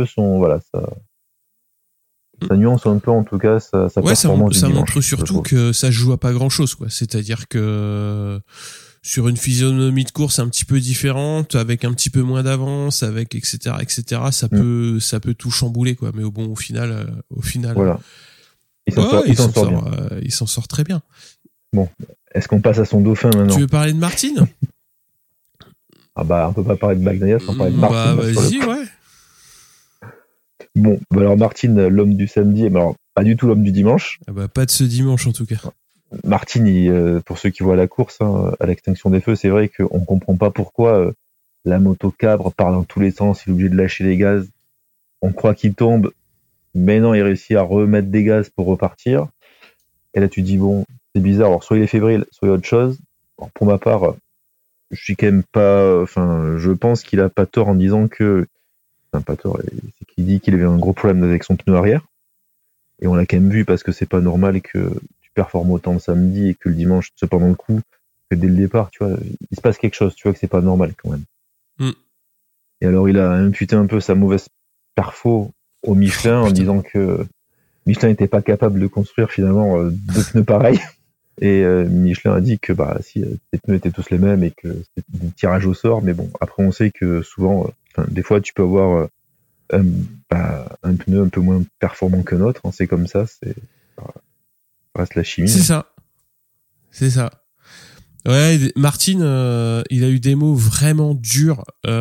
Speaker 4: ça nuance un peu, en tout cas, sa performance.
Speaker 3: Ça montre surtout que ça se joue à pas grand chose, quoi. C'est-à-dire que sur une physionomie de course un petit peu différente, avec un petit peu moins d'avance, avec etc., ça peut tout chambouler, quoi. Mais bon, au final,
Speaker 4: voilà. Il
Speaker 3: s'en sort très bien.
Speaker 4: Bon, est-ce qu'on passe à son dauphin maintenant?
Speaker 3: Tu veux parler de Martin?
Speaker 4: Ah bah, on peut pas parler de Bagnaia sans parler de Martin.
Speaker 3: Bah, vas-y, ouais.
Speaker 4: Bon, bah alors Martin, l'homme du samedi, mais alors pas du tout l'homme du dimanche.
Speaker 3: Ah bah, pas de ce dimanche en tout cas.
Speaker 4: Martin, pour ceux qui voient la course, à l'extinction des feux, c'est vrai qu'on comprend pas pourquoi la moto cabre part dans tous les sens, il est obligé de lâcher les gaz. On croit qu'il tombe, mais non, il réussit à remettre des gaz pour repartir. Et là, tu dis, bon, c'est bizarre. Alors, soit il est fébrile, soit il y a autre chose. Alors, pour ma part, je suis quand même pas, je pense qu'il a pas tort en disant que, pas tort, c'est qu'il dit qu'il avait un gros problème avec son pneu arrière. Et on l'a quand même vu parce que c'est pas normal que tu performes autant le samedi et que le dimanche, cependant le coup, que dès le départ, tu vois, il se passe quelque chose, tu vois que c'est pas normal quand même. Et alors, il a imputé un peu sa mauvaise perfo au Michelin en disant que Michelin n'était pas capable de construire finalement 2 pneus pareils. Et Michelin a dit que si les pneus étaient tous les mêmes et que c'était du tirage au sort, mais bon, après on sait que souvent, des fois tu peux avoir un pneu un peu moins performant que l'autre, c'est comme ça, ça reste la chimie.
Speaker 3: C'est ça. Ouais, Martin, il a eu des mots vraiment durs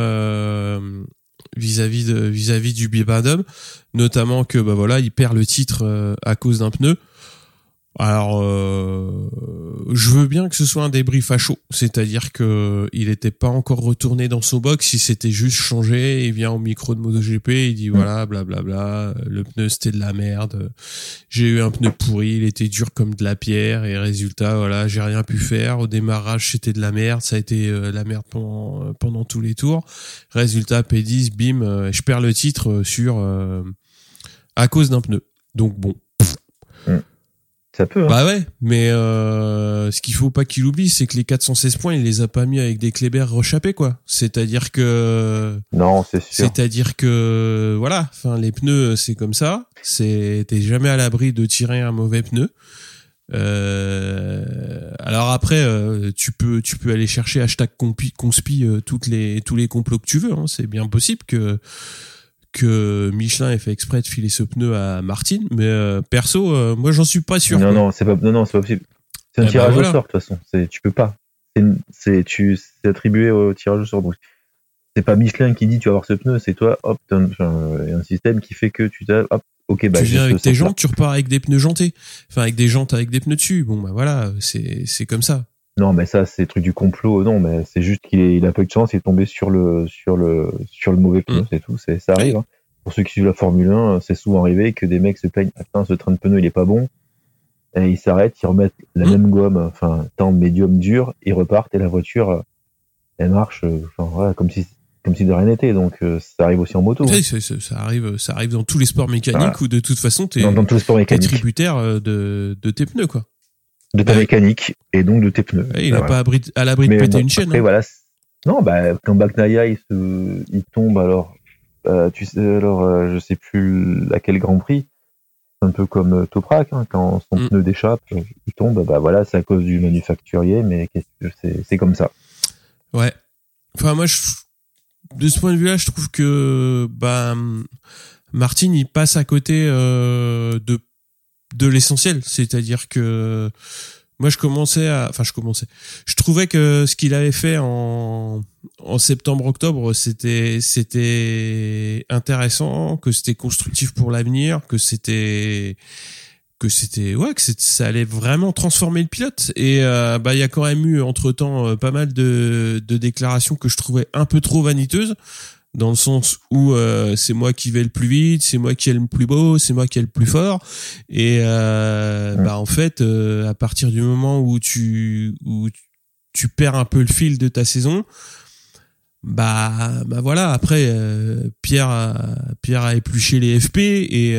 Speaker 3: vis-à-vis du Bibendum, notamment que il perd le titre à cause d'un pneu. Alors, je veux bien que ce soit un débrief à chaud, c'est-à-dire que il était pas encore retourné dans son box, il s'était juste changé, il vient au micro de MotoGP, il dit voilà, blablabla, le pneu c'était de la merde, j'ai eu un pneu pourri, il était dur comme de la pierre, et résultat, voilà, j'ai rien pu faire, au démarrage c'était de la merde, ça a été la merde pendant tous les tours, résultat P10, bim, je perds le titre à cause d'un pneu, donc bon.
Speaker 4: Ça peut,
Speaker 3: Bah ouais, mais ce qu'il faut pas qu'il oublie, c'est que les 416 points, il les a pas mis avec des Kléber rechappés, quoi. C'est-à-dire que...
Speaker 4: Non, c'est sûr.
Speaker 3: C'est-à-dire que, voilà, les pneus, c'est comme ça. T'es jamais à l'abri de tirer un mauvais pneu. Alors après, tu peux aller chercher hashtag conspi tous les complots que tu veux, C'est bien possible que Michelin ait fait exprès de filer ce pneu à Martin, mais perso, moi j'en suis pas sûr.
Speaker 4: Non, c'est pas possible. C'est un tirage au sort de toute façon. Tu peux pas. C'est attribué au tirage au sort. Donc c'est pas Michelin qui dit tu vas avoir ce pneu, c'est toi. Hop, t'as un système qui fait que tu hop. Ok,
Speaker 3: tu viens avec tes jantes, tu repars avec des pneus jantés. Avec des jantes avec des pneus dessus. Bon voilà, c'est comme ça.
Speaker 4: Non, mais ça, c'est le truc du complot. Non, mais c'est juste qu'il a pas eu de chance, il est tombé sur le mauvais pneu, c'est tout. Ça arrive. Pour ceux qui suivent la Formule 1, c'est souvent arrivé que des mecs se plaignent, ce train de pneu, il est pas bon. Et ils s'arrêtent, ils remettent la même gomme, temps médium dur, ils repartent et la voiture, elle marche, comme si de rien n'était. Donc, ça arrive aussi en moto.
Speaker 3: Oui, ça arrive dans tous les sports mécaniques où de toute façon, t'es tributaire de tes pneus, quoi.
Speaker 4: De ta mécanique et donc de tes pneus.
Speaker 3: Il n'est pas à l'abri de péter une chaîne.
Speaker 4: Après, voilà. Non, quand Bagnaia il tombe, alors je sais plus laquelle Grand Prix. C'est un peu comme Toprak, quand son pneu déchappe, il tombe. C'est à cause du manufacturier, mais c'est comme ça.
Speaker 3: Ouais. Moi, de ce point de vue-là, je trouve que Martin il passe à côté de l'essentiel, c'est-à-dire que moi je trouvais que ce qu'il avait fait en septembre-octobre c'était intéressant, que c'était constructif pour l'avenir, que ça allait vraiment transformer le pilote. Et il y a quand même eu entre-temps pas mal de déclarations que je trouvais un peu trop vaniteuses, dans le sens où c'est moi qui vais le plus vite, c'est moi qui est le plus beau, c'est moi qui est le plus fort. Et en fait, à partir du moment où tu perds un peu le fil de ta saison, voilà. Après, Pierre a épluché les FP et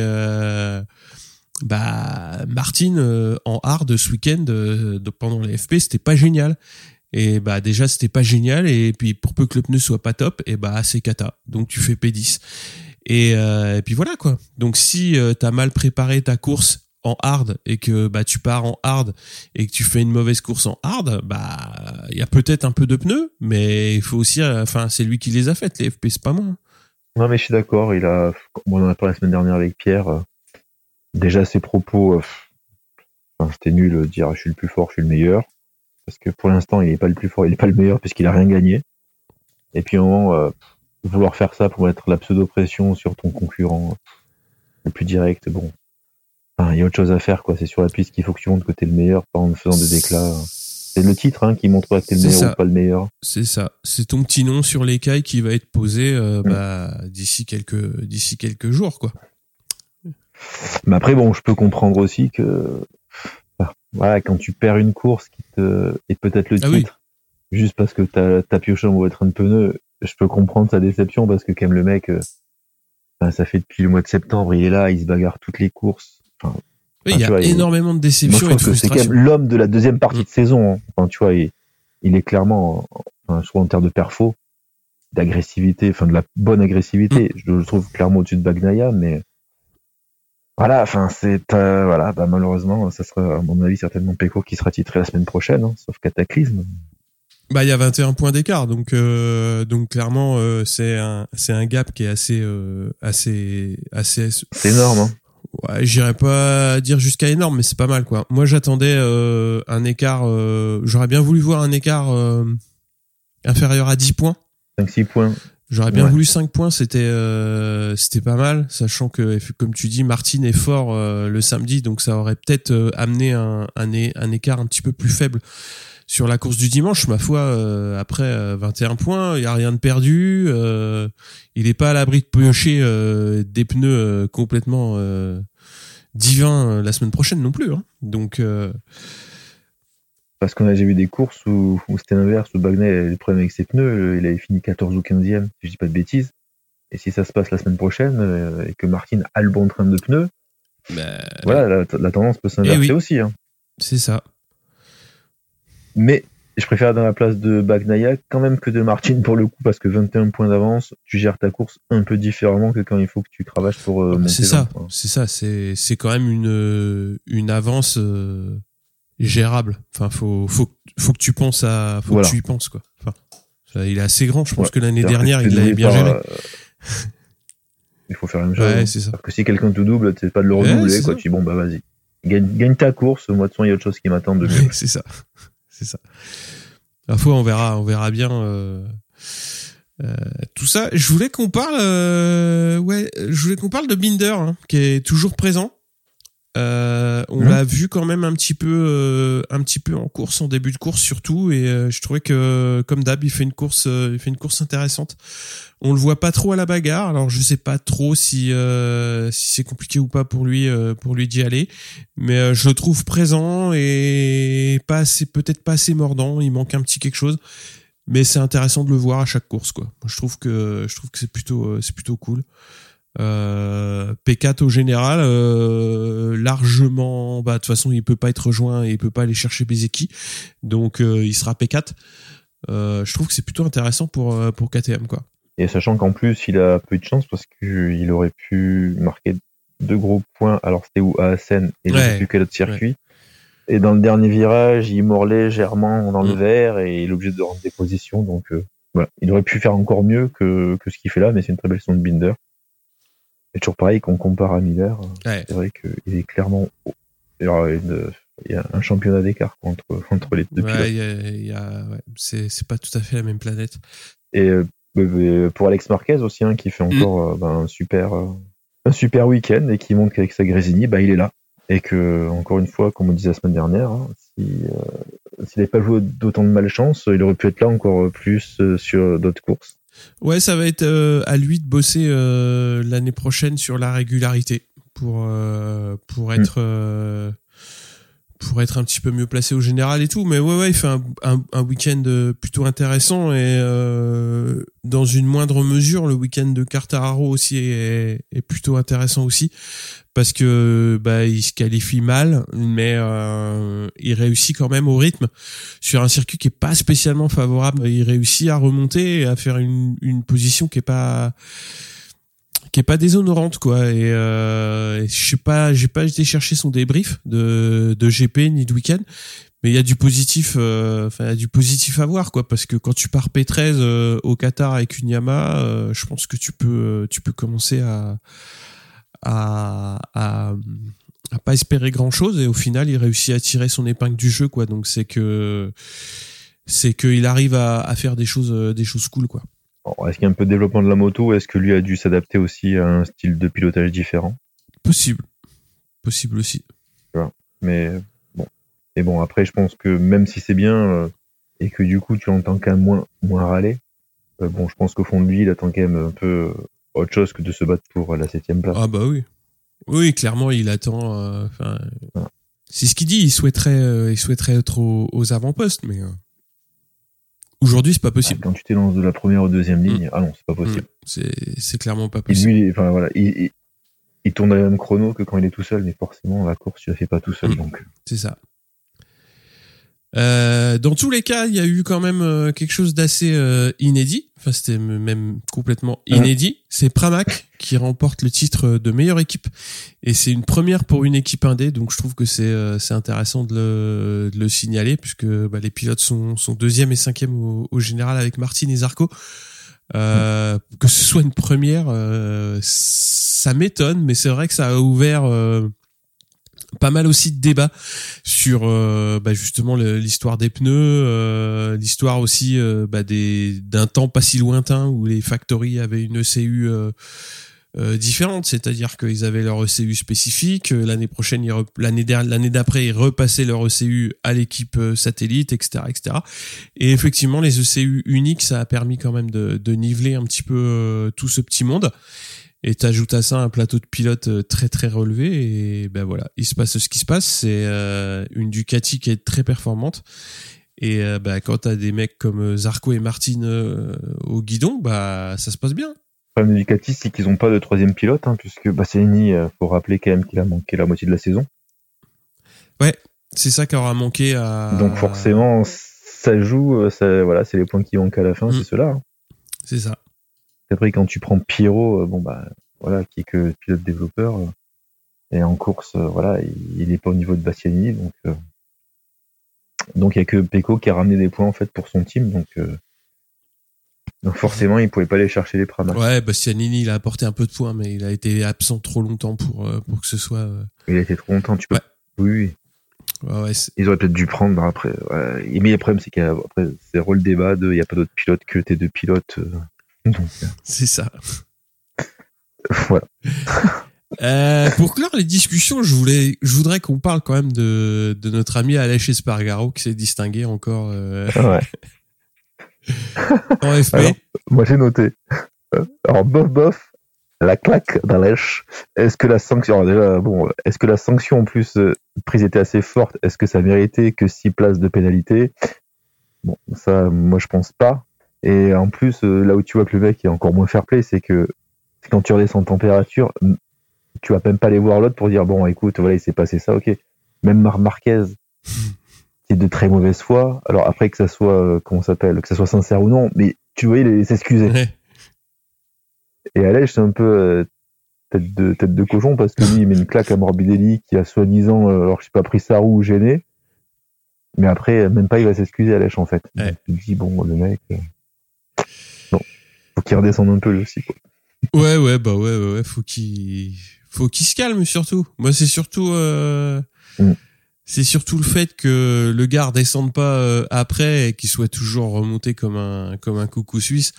Speaker 3: Martin en hard ce week-end pendant les FP, c'était pas génial. Et déjà c'était pas génial, et puis pour peu que le pneu soit pas top, et c'est cata, donc tu fais P10 et puis voilà quoi. Donc si t'as mal préparé ta course en hard et que bah tu pars en hard et que tu fais une mauvaise course en hard, bah il y a peut-être un peu de pneus, mais il faut aussi, c'est lui qui les a faites, les FP, c'est pas moi.
Speaker 4: Non, mais je suis d'accord. On en a parlé la semaine dernière avec Pierre. Déjà, ses propos, c'était nul de dire je suis le plus fort, je suis le meilleur. Parce que pour l'instant, il n'est pas le plus fort, il n'est pas le meilleur puisqu'il a rien gagné. Et puis, au moment, vouloir faire ça pour mettre la pseudo-pression sur ton concurrent le plus direct, bon. Il y a autre chose à faire, quoi. C'est sur la piste qu'il faut que tu montres que t'es le meilleur, pas en faisant des déclats. C'est le titre qui montre que t'es le meilleur ou pas le meilleur.
Speaker 3: C'est ça. C'est ton petit nom sur l'écaille qui va être posé d'ici quelques jours, quoi.
Speaker 4: Mais après, bon, je peux comprendre aussi que voilà, quand tu perds une course et peut-être le titre, juste parce que t'as pioché un mauvais train de pneus, je peux comprendre sa déception parce que quand même le mec, ça fait depuis le mois de septembre, il est là, il se bagarre toutes les courses.
Speaker 3: Il y a énormément de déception et de frustration.
Speaker 4: C'est quand même l'homme de la deuxième partie de saison. Tu vois, il est clairement, soit en termes de perfo, d'agressivité, de la bonne agressivité, je le trouve clairement au-dessus de Bagnaia, mais voilà, malheureusement, ça sera, à mon avis, certainement Pecco qui sera titré la semaine prochaine, sauf cataclysme.
Speaker 3: Bah, il y a 21 points d'écart, donc clairement, c'est un gap qui est assez.
Speaker 4: C'est énorme,
Speaker 3: Ouais, j'irais pas dire jusqu'à énorme, mais c'est pas mal, quoi. Moi, j'attendais un écart. J'aurais bien voulu voir un écart inférieur à 10 points.
Speaker 4: 5-6 points.
Speaker 3: J'aurais bien voulu 5 points, c'était pas mal, sachant que, comme tu dis, Martin est fort le samedi, donc ça aurait peut-être amené un écart un petit peu plus faible sur la course du dimanche. Ma foi, après 21 points, il y a rien de perdu. Il est pas à l'abri de piocher des pneus complètement divins la semaine prochaine non plus. Donc
Speaker 4: parce qu'on a déjà vu des courses où c'était l'inverse, où Bagnaia avait des problèmes avec ses pneus, il avait fini 14 ou 15e, si je dis pas de bêtises. Et si ça se passe la semaine prochaine, et que Martin a le bon train de pneus, voilà, la tendance peut s'inverser aussi.
Speaker 3: C'est ça.
Speaker 4: Mais je préfère dans la place de Bagnaia quand même que de Martin pour le coup, parce que 21 points d'avance, tu gères ta course un peu différemment que quand il faut que tu cravaches pour monter.
Speaker 3: C'est ça, c'est quand même une avance gérable. Enfin, faut que tu penses que tu y penses, quoi. Il est assez grand, je pense que l'année dernière, il l'avait bien géré.
Speaker 4: Il faut faire la même chose.
Speaker 3: Ouais, c'est ça.
Speaker 4: Parce que si quelqu'un te double, c'est pas de le redoubler, quoi. Tu dis, bon, bah, vas-y. Gagne ta course. Moi, de toute façon, il y a autre chose qui m'attend de mieux.
Speaker 3: C'est ça. La fois, on verra bien, tout ça. Je voulais qu'on parle de Binder, qui est toujours présent. On l'a vu quand même un petit peu en course, en début de course surtout, et je trouvais que comme d'hab il fait une course intéressante. On le voit pas trop à la bagarre, alors je sais pas trop si c'est compliqué ou pas pour lui d'y aller, mais je le trouve présent et peut-être pas assez mordant, il manque un petit quelque chose, mais c'est intéressant de le voir à chaque course, quoi. Moi, je trouve que c'est plutôt cool. P4 au général, largement, de toute façon il peut pas être rejoint et il peut pas aller chercher Bezeki, donc il sera P4. Je trouve que c'est plutôt intéressant pour KTM, quoi.
Speaker 4: Et sachant qu'en plus il a peu de chance parce qu'il aurait pu marquer 2 gros points, alors c'était où, à Assen, et je sais plus quel autre circuit. Et dans le dernier virage, il mord légèrement dans le vert et il est obligé de rendre des positions, donc voilà, il aurait pu faire encore mieux que ce qu'il fait là, mais c'est une très belle saison de Binder. Et toujours pareil, qu'on compare à Miller, c'est vrai qu'il est clairement haut. Il y a un championnat d'écart entre les deux pilotes.
Speaker 3: C'est pas tout à fait la même planète.
Speaker 4: Et pour Alex Marquez aussi, qui fait encore un super week-end et qui montre qu'avec sa Grésini, il est là. Et que, encore une fois, comme on disait la semaine dernière, s'il n'avait pas joué d'autant de malchance, il aurait pu être là encore plus sur d'autres courses.
Speaker 3: Ouais, ça va être à lui de bosser l'année prochaine sur la régularité pour être un petit peu mieux placé au général et tout. Mais ouais, il fait un week-end plutôt intéressant et dans une moindre mesure, le week-end de Quartararo aussi est plutôt intéressant aussi parce que il se qualifie mal, mais il réussit quand même au rythme sur un circuit qui est pas spécialement favorable. Il réussit à remonter et à faire une position qui est pas qui est pas déshonorante, quoi. Et je sais pas, j'ai pas été chercher son débrief de GP ni de week-end, mais il y a du positif, il y a du positif à voir, quoi, parce que quand tu pars P13 au Qatar avec une Yamaha, je pense que tu peux commencer à pas espérer grand chose, et au final il réussit à tirer son épingle du jeu, quoi. Donc c'est que il arrive à faire des choses cool, quoi.
Speaker 4: Est-ce qu'il y a un peu de développement de la moto, ou est-ce que lui a dû s'adapter aussi à un style de pilotage différent? Possible
Speaker 3: aussi.
Speaker 4: Mais bon, après je pense que même si c'est bien et que du coup tu entends quand même moins râler, je pense qu'au fond de lui il attend quand même un peu autre chose que de se battre pour la 7e place.
Speaker 3: Ah bah oui, clairement il attend. C'est ce qu'il dit, il souhaiterait être aux avant-postes, mais aujourd'hui c'est pas possible.
Speaker 4: Quand tu t'élances de la première ou deuxième ligne, non, c'est pas possible.
Speaker 3: C'est clairement pas possible.
Speaker 4: Et lui, il tourne à la même chrono que quand il est tout seul, mais forcément la course tu la fais pas tout seul, donc.
Speaker 3: C'est ça. Dans tous les cas, il y a eu quand même quelque chose d'assez inédit. Enfin, c'était même complètement inédit. C'est Pramac qui remporte le titre de meilleure équipe, et c'est une première pour une équipe indé. Donc, je trouve que c'est intéressant de le signaler, puisque les pilotes sont 2e et 5e au général avec Martin et Zarco. Que ce soit une première, ça m'étonne, mais c'est vrai que ça a ouvert pas mal aussi de débats sur justement l'histoire des pneus, l'histoire aussi d'un temps pas si lointain où les factories avaient une ECU différente, c'est-à-dire qu'ils avaient leur ECU spécifique, l'année prochaine, l'année d'après, ils repassaient leur ECU à l'équipe satellite, etc., etc. Et effectivement, les ECU uniques, ça a permis quand même de niveler un petit peu tout ce petit monde. Et t'ajoutes à ça un plateau de pilotes très très relevé, et voilà, il se passe ce qui se passe. C'est une Ducati qui est très performante, et quand t'as des mecs comme Zarco et Martin au guidon, ça se passe bien.
Speaker 4: Le problème de Ducati, c'est qu'ils n'ont pas de 3e pilote, puisque Bastianini, faut rappeler quand même qu'il a manqué la moitié de la saison.
Speaker 3: Ouais, c'est ça qui aura manqué à.
Speaker 4: Donc forcément, ça joue, c'est les points qui manquent à la fin, c'est ceux-là.
Speaker 3: C'est ça.
Speaker 4: Après, quand tu prends Pierrot, qui est que pilote développeur, et en course, il n'est pas au niveau de Bastianini, donc il y a que Pecco qui a ramené des points en fait pour son team, donc forcément il pouvait pas aller chercher les Pramac.
Speaker 3: Ouais, Bastianini il a apporté un peu de points, mais il a été absent trop longtemps pour que ce soit.
Speaker 4: Il a été trop longtemps, tu peux. Ouais. Oui.
Speaker 3: Ouais,
Speaker 4: ils auraient peut-être dû prendre après. Ouais. Mais le problème c'est qu'après c'est le débat il y a pas d'autres pilotes que tes deux pilotes. Donc,
Speaker 3: c'est ça.
Speaker 4: Voilà.
Speaker 3: Pour clore les discussions, je voudrais qu'on parle quand même de notre ami Aleix Espargaro qui s'est distingué encore
Speaker 4: ouais.
Speaker 3: en FP.
Speaker 4: Alors, moi j'ai noté. Alors bof, la claque d'Aleix. Est-ce que la sanction, est-ce que la sanction en plus prise était assez forte? Est-ce que ça méritait que 6 places de pénalité? Bon, ça, moi je pense pas. Et en plus, là où tu vois que le mec est encore moins fair-play, c'est que quand tu redescends en température, tu vas même pas aller voir l'autre pour dire bon, écoute, voilà, il s'est passé ça, ok. Même Marquez, qui est de très mauvaise foi. Alors après que ça soit, que ça soit sincère ou non, mais tu vois, il s'excusait.
Speaker 3: Ouais.
Speaker 4: Et Aleix, c'est un peu tête de cochon, parce que lui, il met une claque à Morbidelli qui a soi-disant, alors je sais pas, pris sa roue ou gêné. Mais après, même pas, il va s'excuser, Aleix, en fait.
Speaker 3: Ouais.
Speaker 4: Tu te dis bon, le mec. Faut qu'il redescende un peu lui aussi, quoi.
Speaker 3: Ouais, faut qu'il se calme surtout. Moi c'est surtout le fait que le gars redescende pas après et qu'il soit toujours remonté comme un coucou suisse.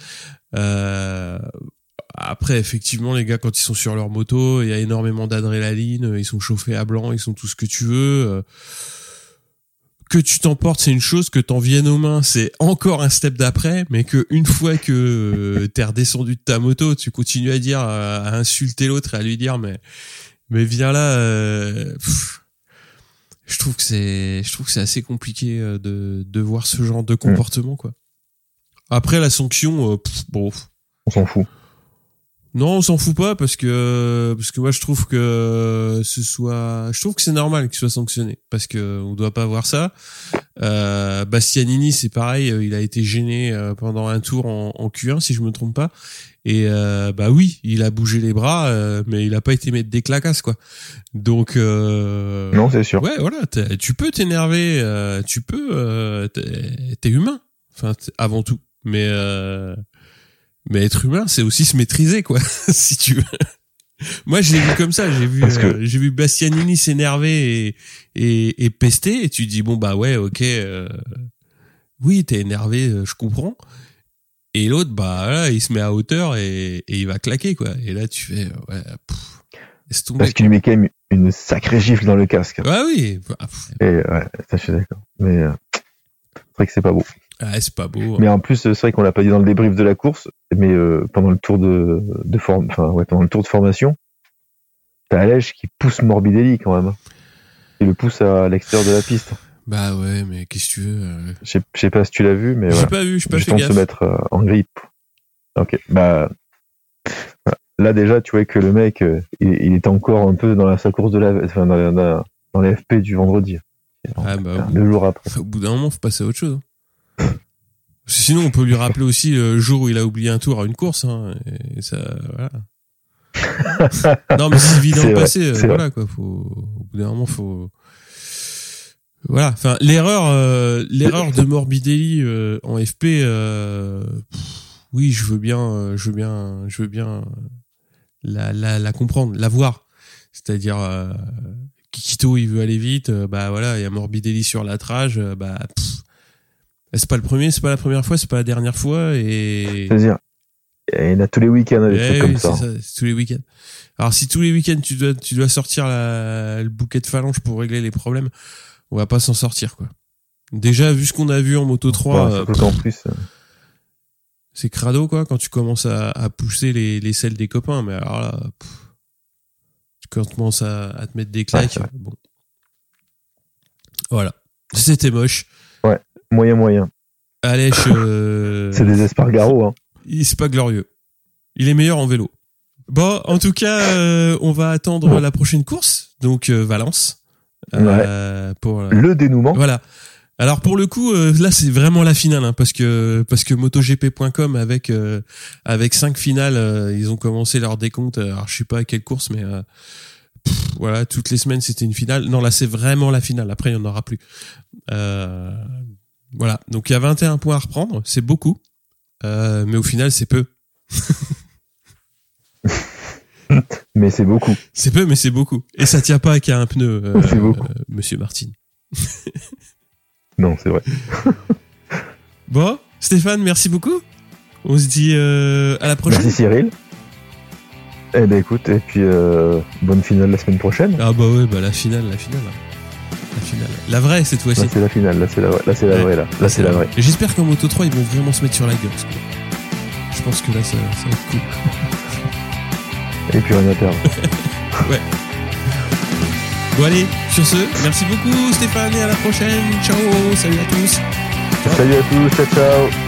Speaker 3: Après effectivement les gars, quand ils sont sur leur moto, il y a énormément d'adrénaline, ils sont chauffés à blanc, ils sont tout ce que tu veux. Que tu t'emportes, c'est une chose, que t'en viennes aux mains, c'est encore un step d'après, mais que une fois que t'es redescendu de ta moto, tu continues à dire, à insulter l'autre et à lui dire, mais viens là, je trouve que c'est assez compliqué de voir ce genre de comportement, quoi. Après, la sanction, bon.
Speaker 4: On s'en fout.
Speaker 3: Non, on s'en fout pas parce que moi je trouve que c'est normal qu'il soit sanctionné parce que on doit pas voir ça. Bastianini, c'est pareil, il a été gêné pendant un tour en Q1 si je me trompe pas. Et oui, il a bougé les bras, mais il a pas été mettre des clacasses quoi. Donc
Speaker 4: non, c'est sûr.
Speaker 3: Ouais, voilà, tu peux t'énerver, t'es humain, enfin avant tout. Mais être humain, c'est aussi se maîtriser quoi, si tu veux. Moi, je l'ai vu comme ça. J'ai vu Bastianini s'énerver et pester. Et tu dis bon bah ouais, ok, oui, t'es énervé, je comprends. Et l'autre, là, il se met à hauteur et il va claquer quoi. Et là, tu fais ouais, laisse tomber.
Speaker 4: Parce qu'il lui met quand même une sacrée gifle dans le casque.
Speaker 3: Ouais, oui.
Speaker 4: Et ouais, ça je suis d'accord. Mais c'est vrai que c'est pas beau.
Speaker 3: Ah, c'est pas beau.
Speaker 4: Mais en plus, c'est vrai qu'on l'a pas dit dans le débrief de la course, mais pendant le tour pendant le tour de formation, t'as Aleix qui pousse Morbidelli quand même. Il le pousse à l'extérieur de la piste.
Speaker 3: Bah ouais, mais qu'est-ce que tu veux
Speaker 4: Je sais pas si tu l'as vu, mais
Speaker 3: j'ai pas vu, j'ai pas fait gaffe.
Speaker 4: Se mettre en grippe. Ok, voilà. Là déjà, tu vois que le mec, il est encore un peu dans sa course dans les FP du vendredi. Deux jours après.
Speaker 3: Au bout d'un moment, faut passer à autre chose. Sinon, on peut lui rappeler aussi le jour où il a oublié un tour à une course, hein, et ça, voilà. Non, mais c'est vit dans le passé, voilà, quoi. Au bout d'un moment, voilà. Enfin, l'erreur de Morbidelli, en FP, oui, je veux bien la comprendre, la voir. C'est-à-dire, Kikito, il veut aller vite, voilà, il y a Morbidelli sur l'attrage, c'est pas la première fois, c'est pas la dernière fois, et...
Speaker 4: C'est-à-dire, il y en a tous les week-ends, des trucs comme ça.
Speaker 3: C'est tous les week-ends. Alors, si tous les week-ends, tu dois sortir le bouquet de phalange pour régler les problèmes, on va pas s'en sortir, quoi. Déjà, vu ce qu'on a vu en Moto 3,
Speaker 4: en plus,
Speaker 3: c'est crado, quoi, quand tu commences à pousser les selles des copains, mais alors là, quand tu commences à te mettre des claques, bon. Voilà. C'était moche.
Speaker 4: Ouais. Moyen.
Speaker 3: Aleix,
Speaker 4: c'est des espargaros, hein.
Speaker 3: C'est pas glorieux. Il est meilleur en vélo. Bon, en tout cas, on va attendre la prochaine course, donc Valence. Pour
Speaker 4: le dénouement.
Speaker 3: Voilà. Alors pour le coup, là c'est vraiment la finale, hein, parce que MotoGP.com avec 5 finales, ils ont commencé leur décompte. Alors je sais pas à quelle course, mais voilà, toutes les semaines c'était une finale. Non, là c'est vraiment la finale. Après il y en aura plus. Voilà, donc il y a 21 points à reprendre, c'est beaucoup, mais au final c'est peu.
Speaker 4: Mais c'est beaucoup.
Speaker 3: C'est peu, mais c'est beaucoup. Et ça tient pas qu'à un pneu,
Speaker 4: c'est beaucoup.
Speaker 3: Monsieur Martin.
Speaker 4: Non, c'est vrai.
Speaker 3: Bon, Stéphane, merci beaucoup. On se dit à la prochaine.
Speaker 4: Merci Cyril. Eh ben écoute, et puis bonne finale la semaine prochaine.
Speaker 3: Ah bah ouais, la finale. La vraie cette fois-ci.
Speaker 4: Là c'est la finale, là c'est la vraie. Là c'est la vraie.
Speaker 3: Et j'espère qu'en Moto 3 ils vont vraiment se mettre sur la gueule. Parce que je pense que là ça va être cool.
Speaker 4: Et puis rien à perdre.
Speaker 3: Ouais. Bon allez, sur ce, merci beaucoup Stéphane et à la prochaine. Ciao, salut à tous.
Speaker 4: Salut à tous, ciao.